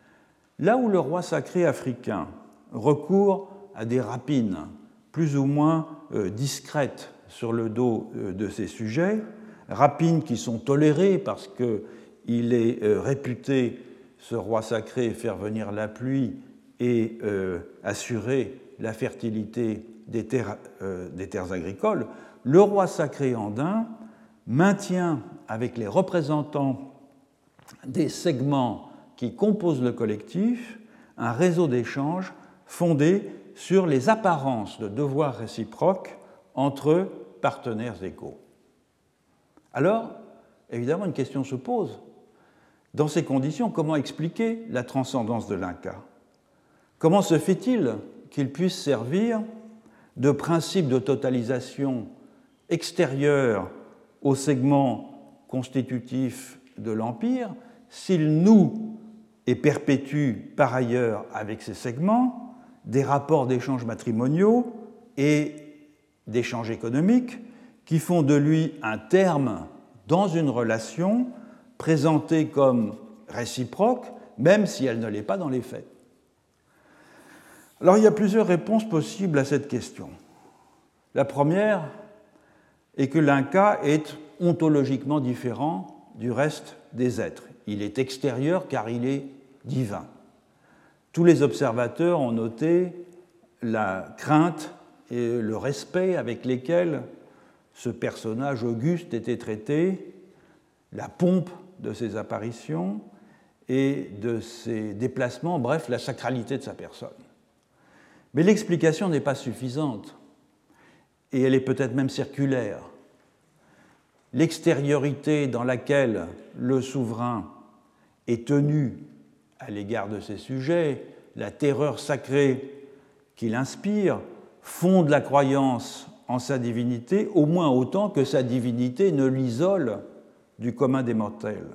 là où le roi sacré africain recourt à des rapines plus ou moins discrètes sur le dos de ses sujets, rapines qui sont tolérées parce qu'il est réputé, ce roi sacré, faire venir la pluie et assurer la fertilité des terres agricoles, le roi sacré andin maintient avec les représentants des segments qui composent le collectif un réseau d'échanges fondé sur les apparences de devoirs réciproques entre partenaires égaux. Alors, évidemment, une question se pose. Dans ces conditions, comment expliquer la transcendance de l'Inca? Comment se fait-il qu'il puisse servir de principe de totalisation extérieur au segment constitutif de l'Empire s'il noue et perpétue par ailleurs avec ces segments des rapports d'échanges matrimoniaux et d'échanges économiques qui font de lui un terme dans une relation présentée comme réciproque, même si elle ne l'est pas dans les faits. Alors il y a plusieurs réponses possibles à cette question. La première est que l'Inca est ontologiquement différent du reste des êtres. Il est extérieur car il est divin. Tous les observateurs ont noté la crainte et le respect avec lesquels ce personnage auguste était traité, la pompe de ses apparitions et de ses déplacements, bref, la sacralité de sa personne. Mais l'explication n'est pas suffisante, et elle est peut-être même circulaire. L'extériorité dans laquelle le souverain est tenu à l'égard de ses sujets, la terreur sacrée qu'il inspire, fonde la croyance en sa divinité, au moins autant que sa divinité ne l'isole du commun des mortels.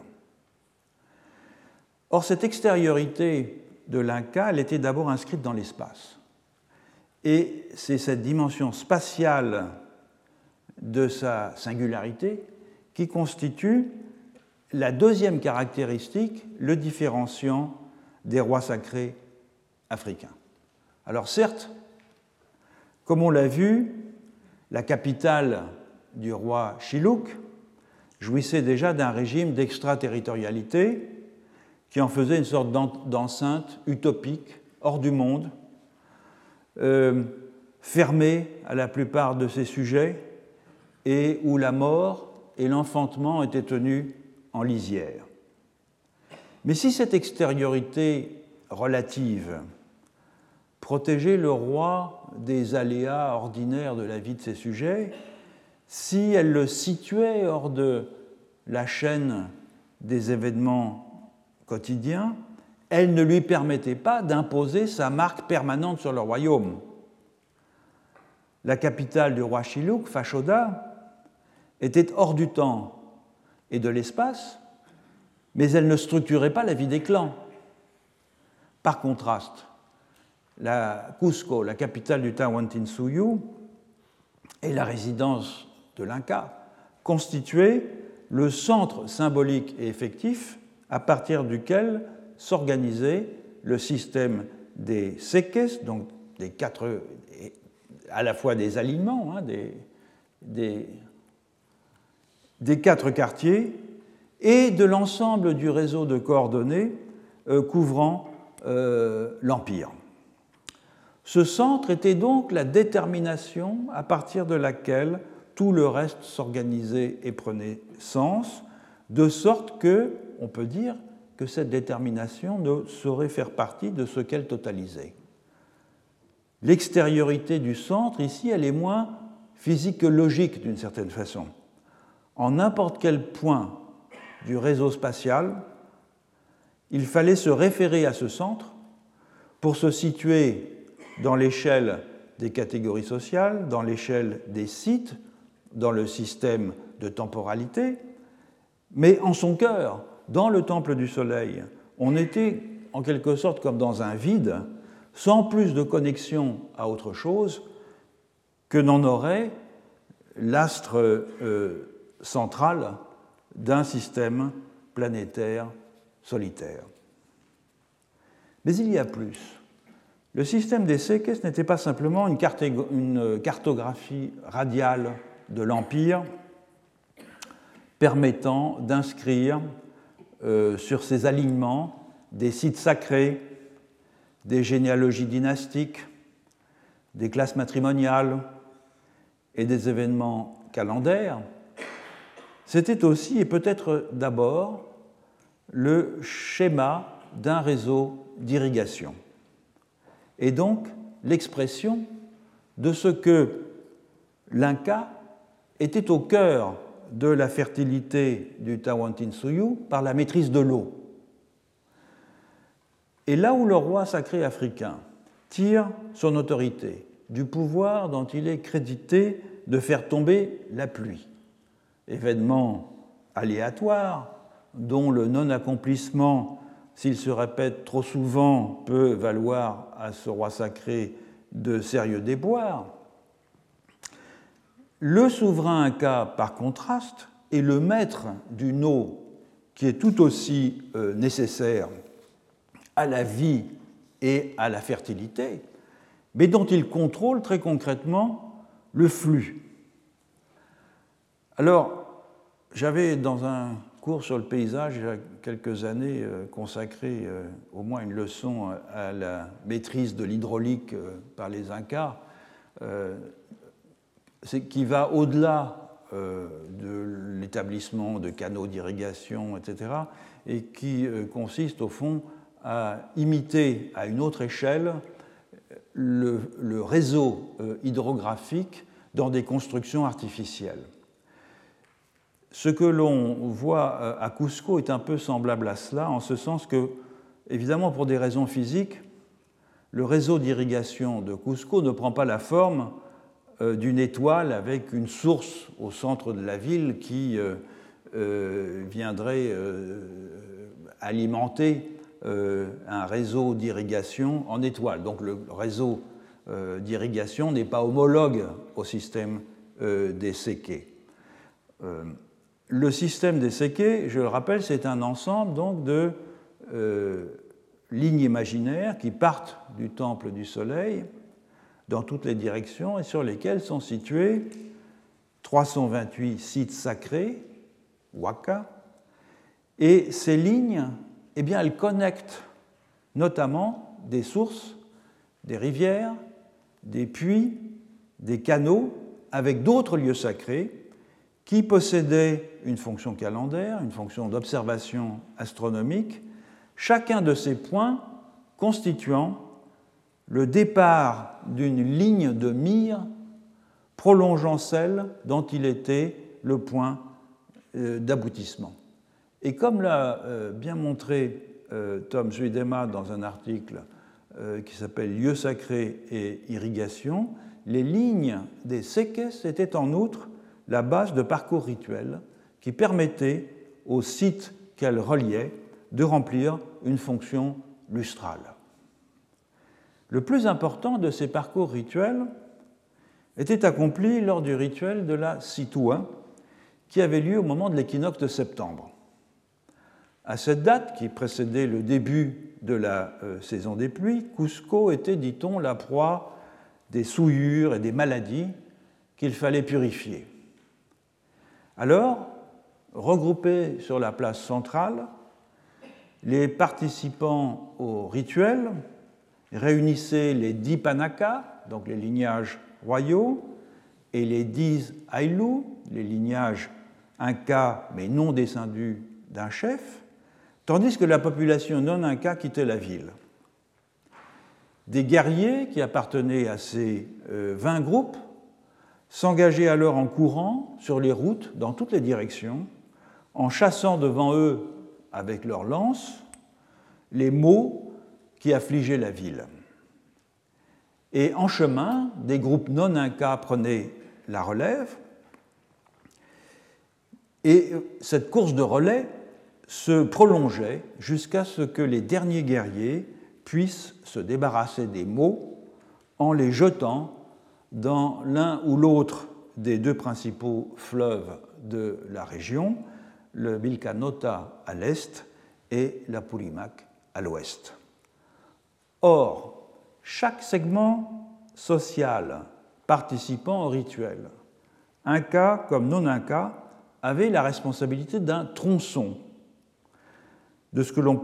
Or, cette extériorité de l'Inca, elle était d'abord inscrite dans l'espace. Et c'est cette dimension spatiale de sa singularité qui constitue la deuxième caractéristique le différenciant des rois sacrés africains. Alors certes, comme on l'a vu, la capitale du roi Shilluk jouissait déjà d'un régime d'extraterritorialité qui en faisait une sorte d'enceinte utopique, hors du monde, fermée à la plupart de ses sujets et où la mort et l'enfantement étaient tenus en lisière. Mais si cette extériorité relative protégeait le roi des aléas ordinaires de la vie de ses sujets, si elle le situait hors de la chaîne des événements quotidiens, elle ne lui permettait pas d'imposer sa marque permanente sur le royaume. La capitale du roi Shilluk, Fashoda, était hors du temps et de l'espace, mais elle ne structurait pas la vie des clans. Par contraste, la Cusco, la capitale du Tawantinsuyu, et la résidence de l'Inca, constituaient le centre symbolique et effectif à partir duquel s'organisait le système des séques, donc à la fois des alignements, hein, des 4 quartiers, et de l'ensemble du réseau de coordonnées couvrant l'Empire. Ce centre était donc la détermination à partir de laquelle tout le reste s'organisait et prenait sens, de sorte que, on peut dire, que cette détermination ne saurait faire partie de ce qu'elle totalisait. L'extériorité du centre, ici, elle est moins physique que logique d'une certaine façon. En n'importe quel point du réseau spatial, il fallait se référer à ce centre pour se situer dans l'échelle des catégories sociales, dans l'échelle des sites, dans le système de temporalité, mais en son cœur, dans le temple du Soleil, on était en quelque sorte comme dans un vide, sans plus de connexion à autre chose que n'en aurait l'astre central d'un système planétaire solitaire. Mais il y a plus. Le système des séques n'était pas simplement une cartographie radiale de l'Empire permettant d'inscrire sur ses alignements des sites sacrés, des généalogies dynastiques, des classes matrimoniales et des événements calendaires. C'était aussi, et peut-être d'abord, le schéma d'un réseau d'irrigation, et donc l'expression de ce que l'Inca était au cœur de la fertilité du Tawantinsuyu par la maîtrise de l'eau. Et là où le roi sacré africain tire son autorité du pouvoir dont il est crédité de faire tomber la pluie, événement aléatoire dont le non-accomplissement, s'il se répète trop souvent, peut valoir à ce roi sacré de sérieux déboires, le souverain Inca, par contraste, est le maître d'une eau qui est tout aussi nécessaire à la vie et à la fertilité, mais dont il contrôle très concrètement le flux. Alors, j'avais dans un cours sur le paysage, il y a quelques années, consacré au moins une leçon à la maîtrise de l'hydraulique par les Incas, qui va au-delà de l'établissement de canaux d'irrigation, etc., et qui consiste au fond à imiter à une autre échelle le réseau hydrographique dans des constructions artificielles. Ce que l'on voit à Cusco est un peu semblable à cela, en ce sens que, évidemment, pour des raisons physiques, le réseau d'irrigation de Cusco ne prend pas la forme d'une étoile avec une source au centre de la ville qui viendrait alimenter un réseau d'irrigation en étoile. Donc le réseau d'irrigation n'est pas homologue au système des séqués. Le système des séqués, je le rappelle, c'est un ensemble donc de lignes imaginaires qui partent du temple du Soleil dans toutes les directions et sur lesquelles sont situés 328 sites sacrés, waka, et ces lignes, eh bien, elles connectent notamment des sources, des rivières, des puits, des canaux avec d'autres lieux sacrés qui possédaient une fonction calendaire, une fonction d'observation astronomique, chacun de ces points constituant le départ d'une ligne de mire prolongeant celle dont il était le point d'aboutissement. Et comme l'a bien montré Tom Zuidema dans un article qui s'appelle « Lieux sacrés et irrigation », les lignes des séques étaient en outre la base de parcours rituels qui permettaient aux sites qu'elles reliaient de remplir une fonction lustrale. Le plus important de ces parcours rituels était accompli lors du rituel de la Situa, qui avait lieu au moment de l'équinoxe de septembre. À cette date, qui précédait le début de la saison des pluies, Cusco était, dit-on, la proie des souillures et des maladies qu'il fallait purifier. Alors, regroupés sur la place centrale, les participants au rituel réunissaient les 10 Panakas, donc les lignages royaux, et les 10 Ayllu, les lignages incas mais non descendus d'un chef, tandis que la population non inca quittait la ville. Des guerriers qui appartenaient à ces 20 groupes s'engageaient alors en courant sur les routes dans toutes les directions, en chassant devant eux avec leurs lances les maux qui affligeaient la ville. Et en chemin, des groupes non incas prenaient la relève, et cette course de relais se prolongeait jusqu'à ce que les derniers guerriers puissent se débarrasser des maux en les jetant dans l'un ou l'autre des deux principaux fleuves de la région, le Vilcanota à l'est et l'Apurimac à l'ouest. Or, chaque segment social participant au rituel, inca comme non inca, avait la responsabilité d'un tronçon de ce que l'on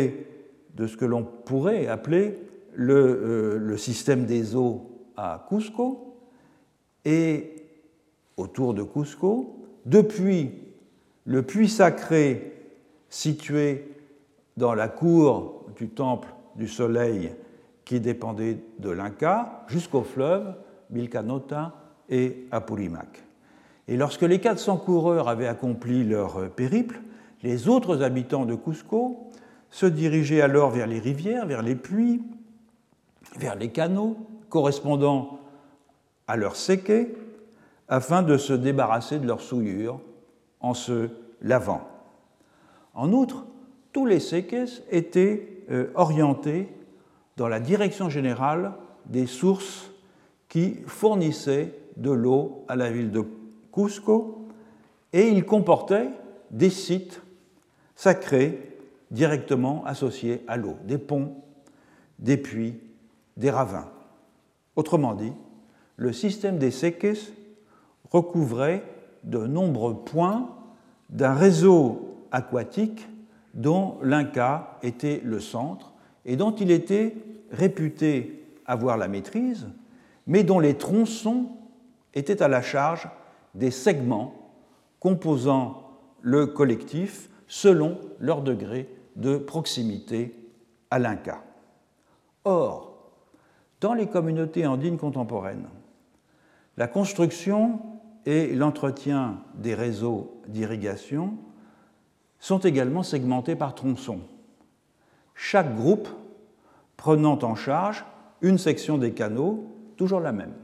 pourrait appeler le système des eaux à Cusco, et autour de Cusco, depuis le puits sacré situé dans la cour du temple du soleil qui dépendait de l'Inca, jusqu'au fleuve Vilcanota et Apurimac. Et lorsque les 400 coureurs avaient accompli leur périple, les autres habitants de Cusco se dirigeaient alors vers les rivières, vers les puits, vers les canaux correspondant à leur séquet, afin de se débarrasser de leurs souillures en se lavant. En outre, tous les séquets étaient orientés dans la direction générale des sources qui fournissaient de l'eau à la ville de Cusco, et ils comportaient des sites sacrés directement associés à l'eau, des ponts, des puits, des ravins. Autrement dit, le système des séquets recouvrait de nombreux points d'un réseau aquatique dont l'Inca était le centre et dont il était réputé avoir la maîtrise, mais dont les tronçons étaient à la charge des segments composant le collectif selon leur degré de proximité à l'Inca. Or, dans les communautés andines contemporaines, la construction et l'entretien des réseaux d'irrigation sont également segmentés par tronçons, chaque groupe prenant en charge une section des canaux, toujours la même.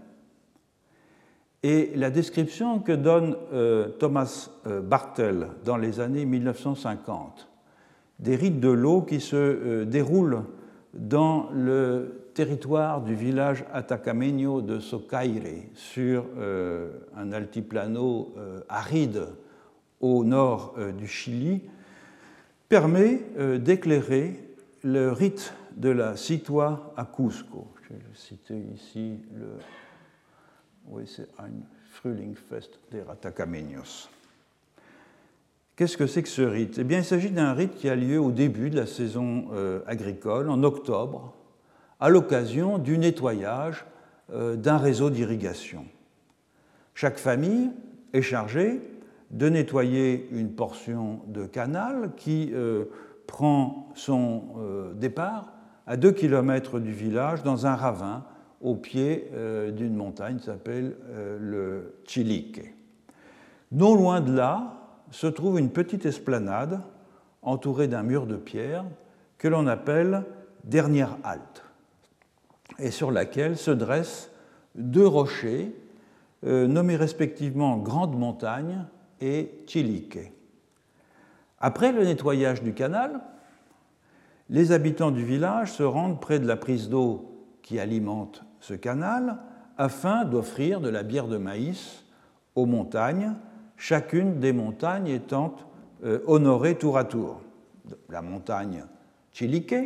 Et la description que donne Thomas Bartel dans les années 1950 des rites de l'eau qui se déroulent dans le territoire du village atacameño de Socaire, sur un altiplano aride au nord du Chili, permet d'éclairer le rite de la Situa à Cusco. Je vais citer ici oui, c'est un Frühlingsfest der Atacameños. Qu'est-ce que c'est que ce rite? Eh bien, il s'agit d'un rite qui a lieu au début de la saison agricole, en octobre, à l'occasion du nettoyage d'un réseau d'irrigation. Chaque famille est chargée de nettoyer une portion de canal qui prend son départ à 2 km du village dans un ravin au pied d'une montagne qui s'appelle le Chilique. Non loin de là se trouve une petite esplanade entourée d'un mur de pierre que l'on appelle dernière halte, et sur laquelle se dressent 2 rochers nommés respectivement Grande Montagne et Chilique. Après le nettoyage du canal, les habitants du village se rendent près de la prise d'eau qui alimente ce canal afin d'offrir de la bière de maïs aux montagnes, chacune des montagnes étant honorée tour à tour. La montagne Chilique,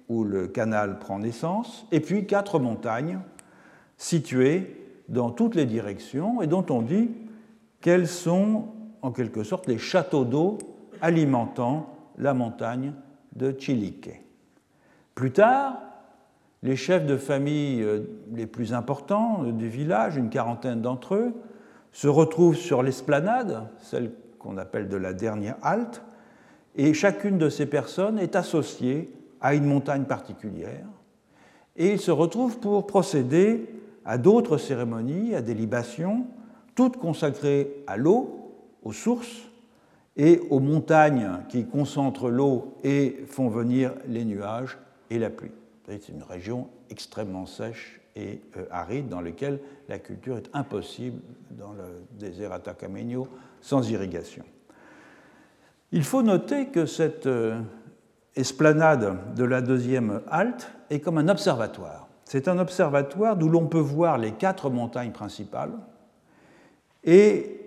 où le canal prend naissance, et puis 4 montagnes situées dans toutes les directions et dont on dit qu'elles sont en quelque sorte les châteaux d'eau alimentant la montagne de Chilique. Plus tard, les chefs de famille les plus importants du village, une quarantaine d'entre eux, se retrouvent sur l'esplanade, celle qu'on appelle de la dernière halte, et chacune de ces personnes est associée à une montagne particulière, et ils se retrouvent pour procéder à d'autres cérémonies, à des libations, toutes consacrées à l'eau, aux sources et aux montagnes qui concentrent l'eau et font venir les nuages et la pluie. C'est une région extrêmement sèche et aride dans laquelle la culture est impossible dans le désert Atacameño sans irrigation. Il faut noter que cette esplanade de la deuxième halte est comme un observatoire. C'est un observatoire d'où l'on peut voir les 4 montagnes principales et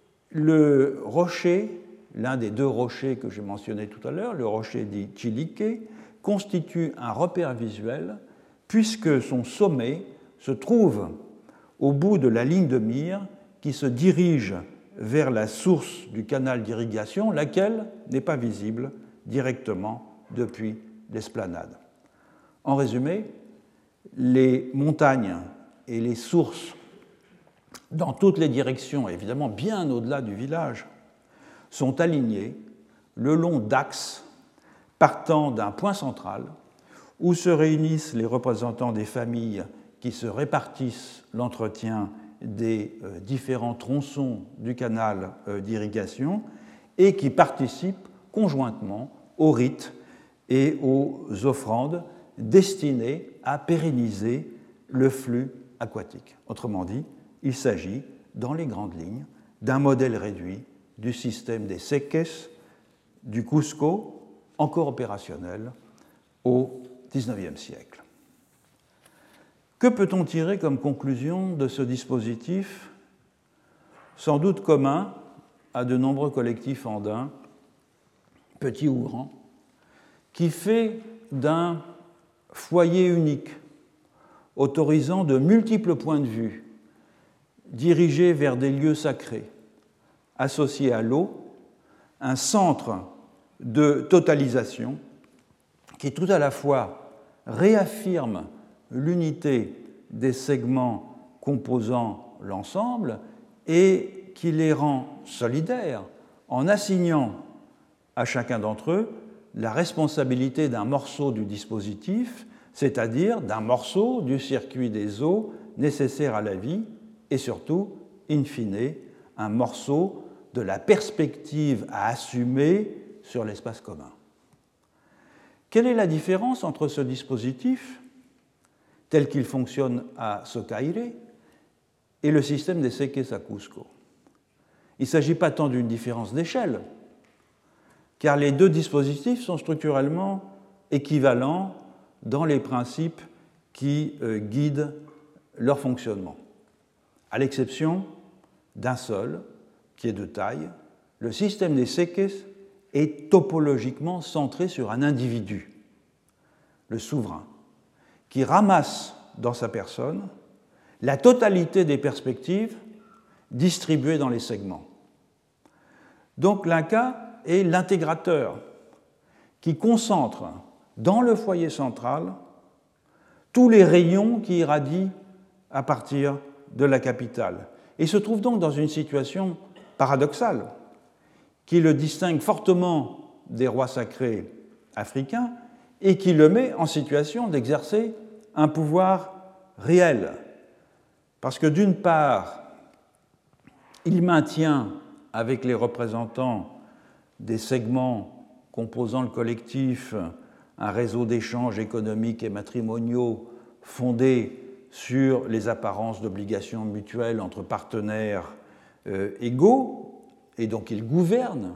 le rocher, l'un des 2 rochers que j'ai mentionnés tout à l'heure, le rocher dit Chilique, constitue un repère visuel puisque son sommet se trouve au bout de la ligne de mire qui se dirige vers la source du canal d'irrigation, laquelle n'est pas visible directement depuis l'esplanade. En résumé, les montagnes et les sources dans toutes les directions, évidemment bien au-delà du village, sont alignées le long d'axes partant d'un point central où se réunissent les représentants des familles qui se répartissent l'entretien des différents tronçons du canal d'irrigation et qui participent conjointement aux rites et aux offrandes destinées à pérenniser le flux aquatique. Autrement dit, il s'agit, dans les grandes lignes, d'un modèle réduit du système des seques du Cusco, encore opérationnel au XIXe siècle. Que peut-on tirer comme conclusion de ce dispositif, sans doute commun à de nombreux collectifs andins, petits ou grands, qui fait d'un foyer unique, autorisant de multiples points de vue, dirigés vers des lieux sacrés, associés à l'eau, un centre de totalisation qui tout à la fois réaffirme l'unité des segments composant l'ensemble et qui les rend solidaires en assignant à chacun d'entre eux la responsabilité d'un morceau du dispositif, c'est-à-dire d'un morceau du circuit des eaux nécessaire à la vie et surtout, in fine, un morceau de la perspective à assumer sur l'espace commun. Quelle est la différence entre ce dispositif, tel qu'il fonctionne à Socaire, et le système des seques à Cusco? Il ne s'agit pas tant d'une différence d'échelle, car les 2 dispositifs sont structurellement équivalents dans les principes qui guident leur fonctionnement, à l'exception d'un seul, qui est de taille. Le système des seques est topologiquement centré sur un individu, le souverain, qui ramasse dans sa personne la totalité des perspectives distribuées dans les segments. Donc l'Inca est l'intégrateur qui concentre dans le foyer central tous les rayons qui irradient à partir de la capitale et se trouve donc dans une situation paradoxale qui le distingue fortement des rois sacrés africains et qui le met en situation d'exercer un pouvoir réel. Parce que d'une part, il maintient avec les représentants des segments composant le collectif un réseau d'échanges économiques et matrimoniaux fondé sur les apparences d'obligations mutuelles entre partenaires égaux, et donc il gouverne,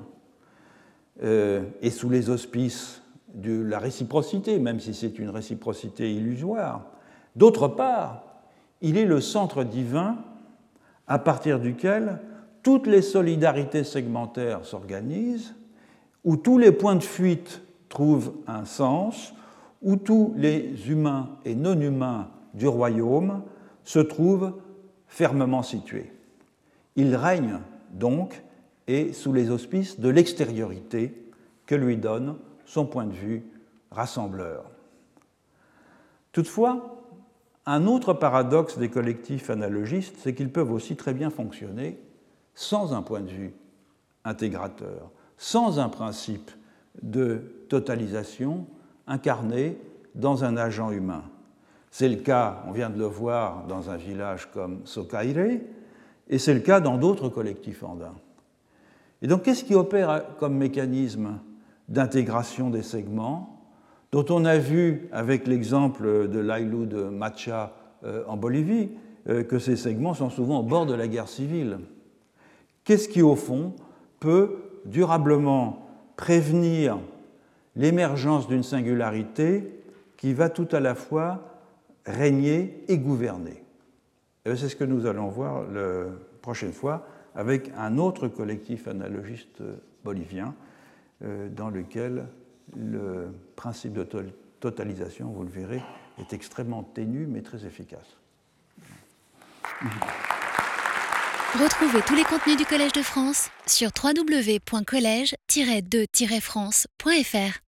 et sous les auspices de la réciprocité, même si c'est une réciprocité illusoire. D'autre part, il est le centre divin à partir duquel toutes les solidarités segmentaires s'organisent, où tous les points de fuite trouvent un sens, où tous les humains et non-humains du royaume se trouvent fermement situés. Il règne donc et sous les auspices de l'extériorité que lui donne son point de vue rassembleur. Toutefois, un autre paradoxe des collectifs analogistes, c'est qu'ils peuvent aussi très bien fonctionner sans un point de vue intégrateur, sans un principe de totalisation incarné dans un agent humain. C'est le cas, on vient de le voir, dans un village comme Socaire, et c'est le cas dans d'autres collectifs andins. Et donc, qu'est-ce qui opère comme mécanisme d'intégration des segments, dont on a vu avec l'exemple de l'Aylou de Macha en Bolivie, que ces segments sont souvent au bord de la guerre civile. Qu'est-ce qui, au fond, peut durablement prévenir l'émergence d'une singularité qui va tout à la fois régner et gouverner? Et c'est ce que nous allons voir la prochaine fois avec un autre collectif analogiste bolivien dans lequel le principe de totalisation, vous le verrez, est extrêmement ténu mais très efficace. Retrouvez tous les contenus du Collège de France sur www.collège-2-france.fr.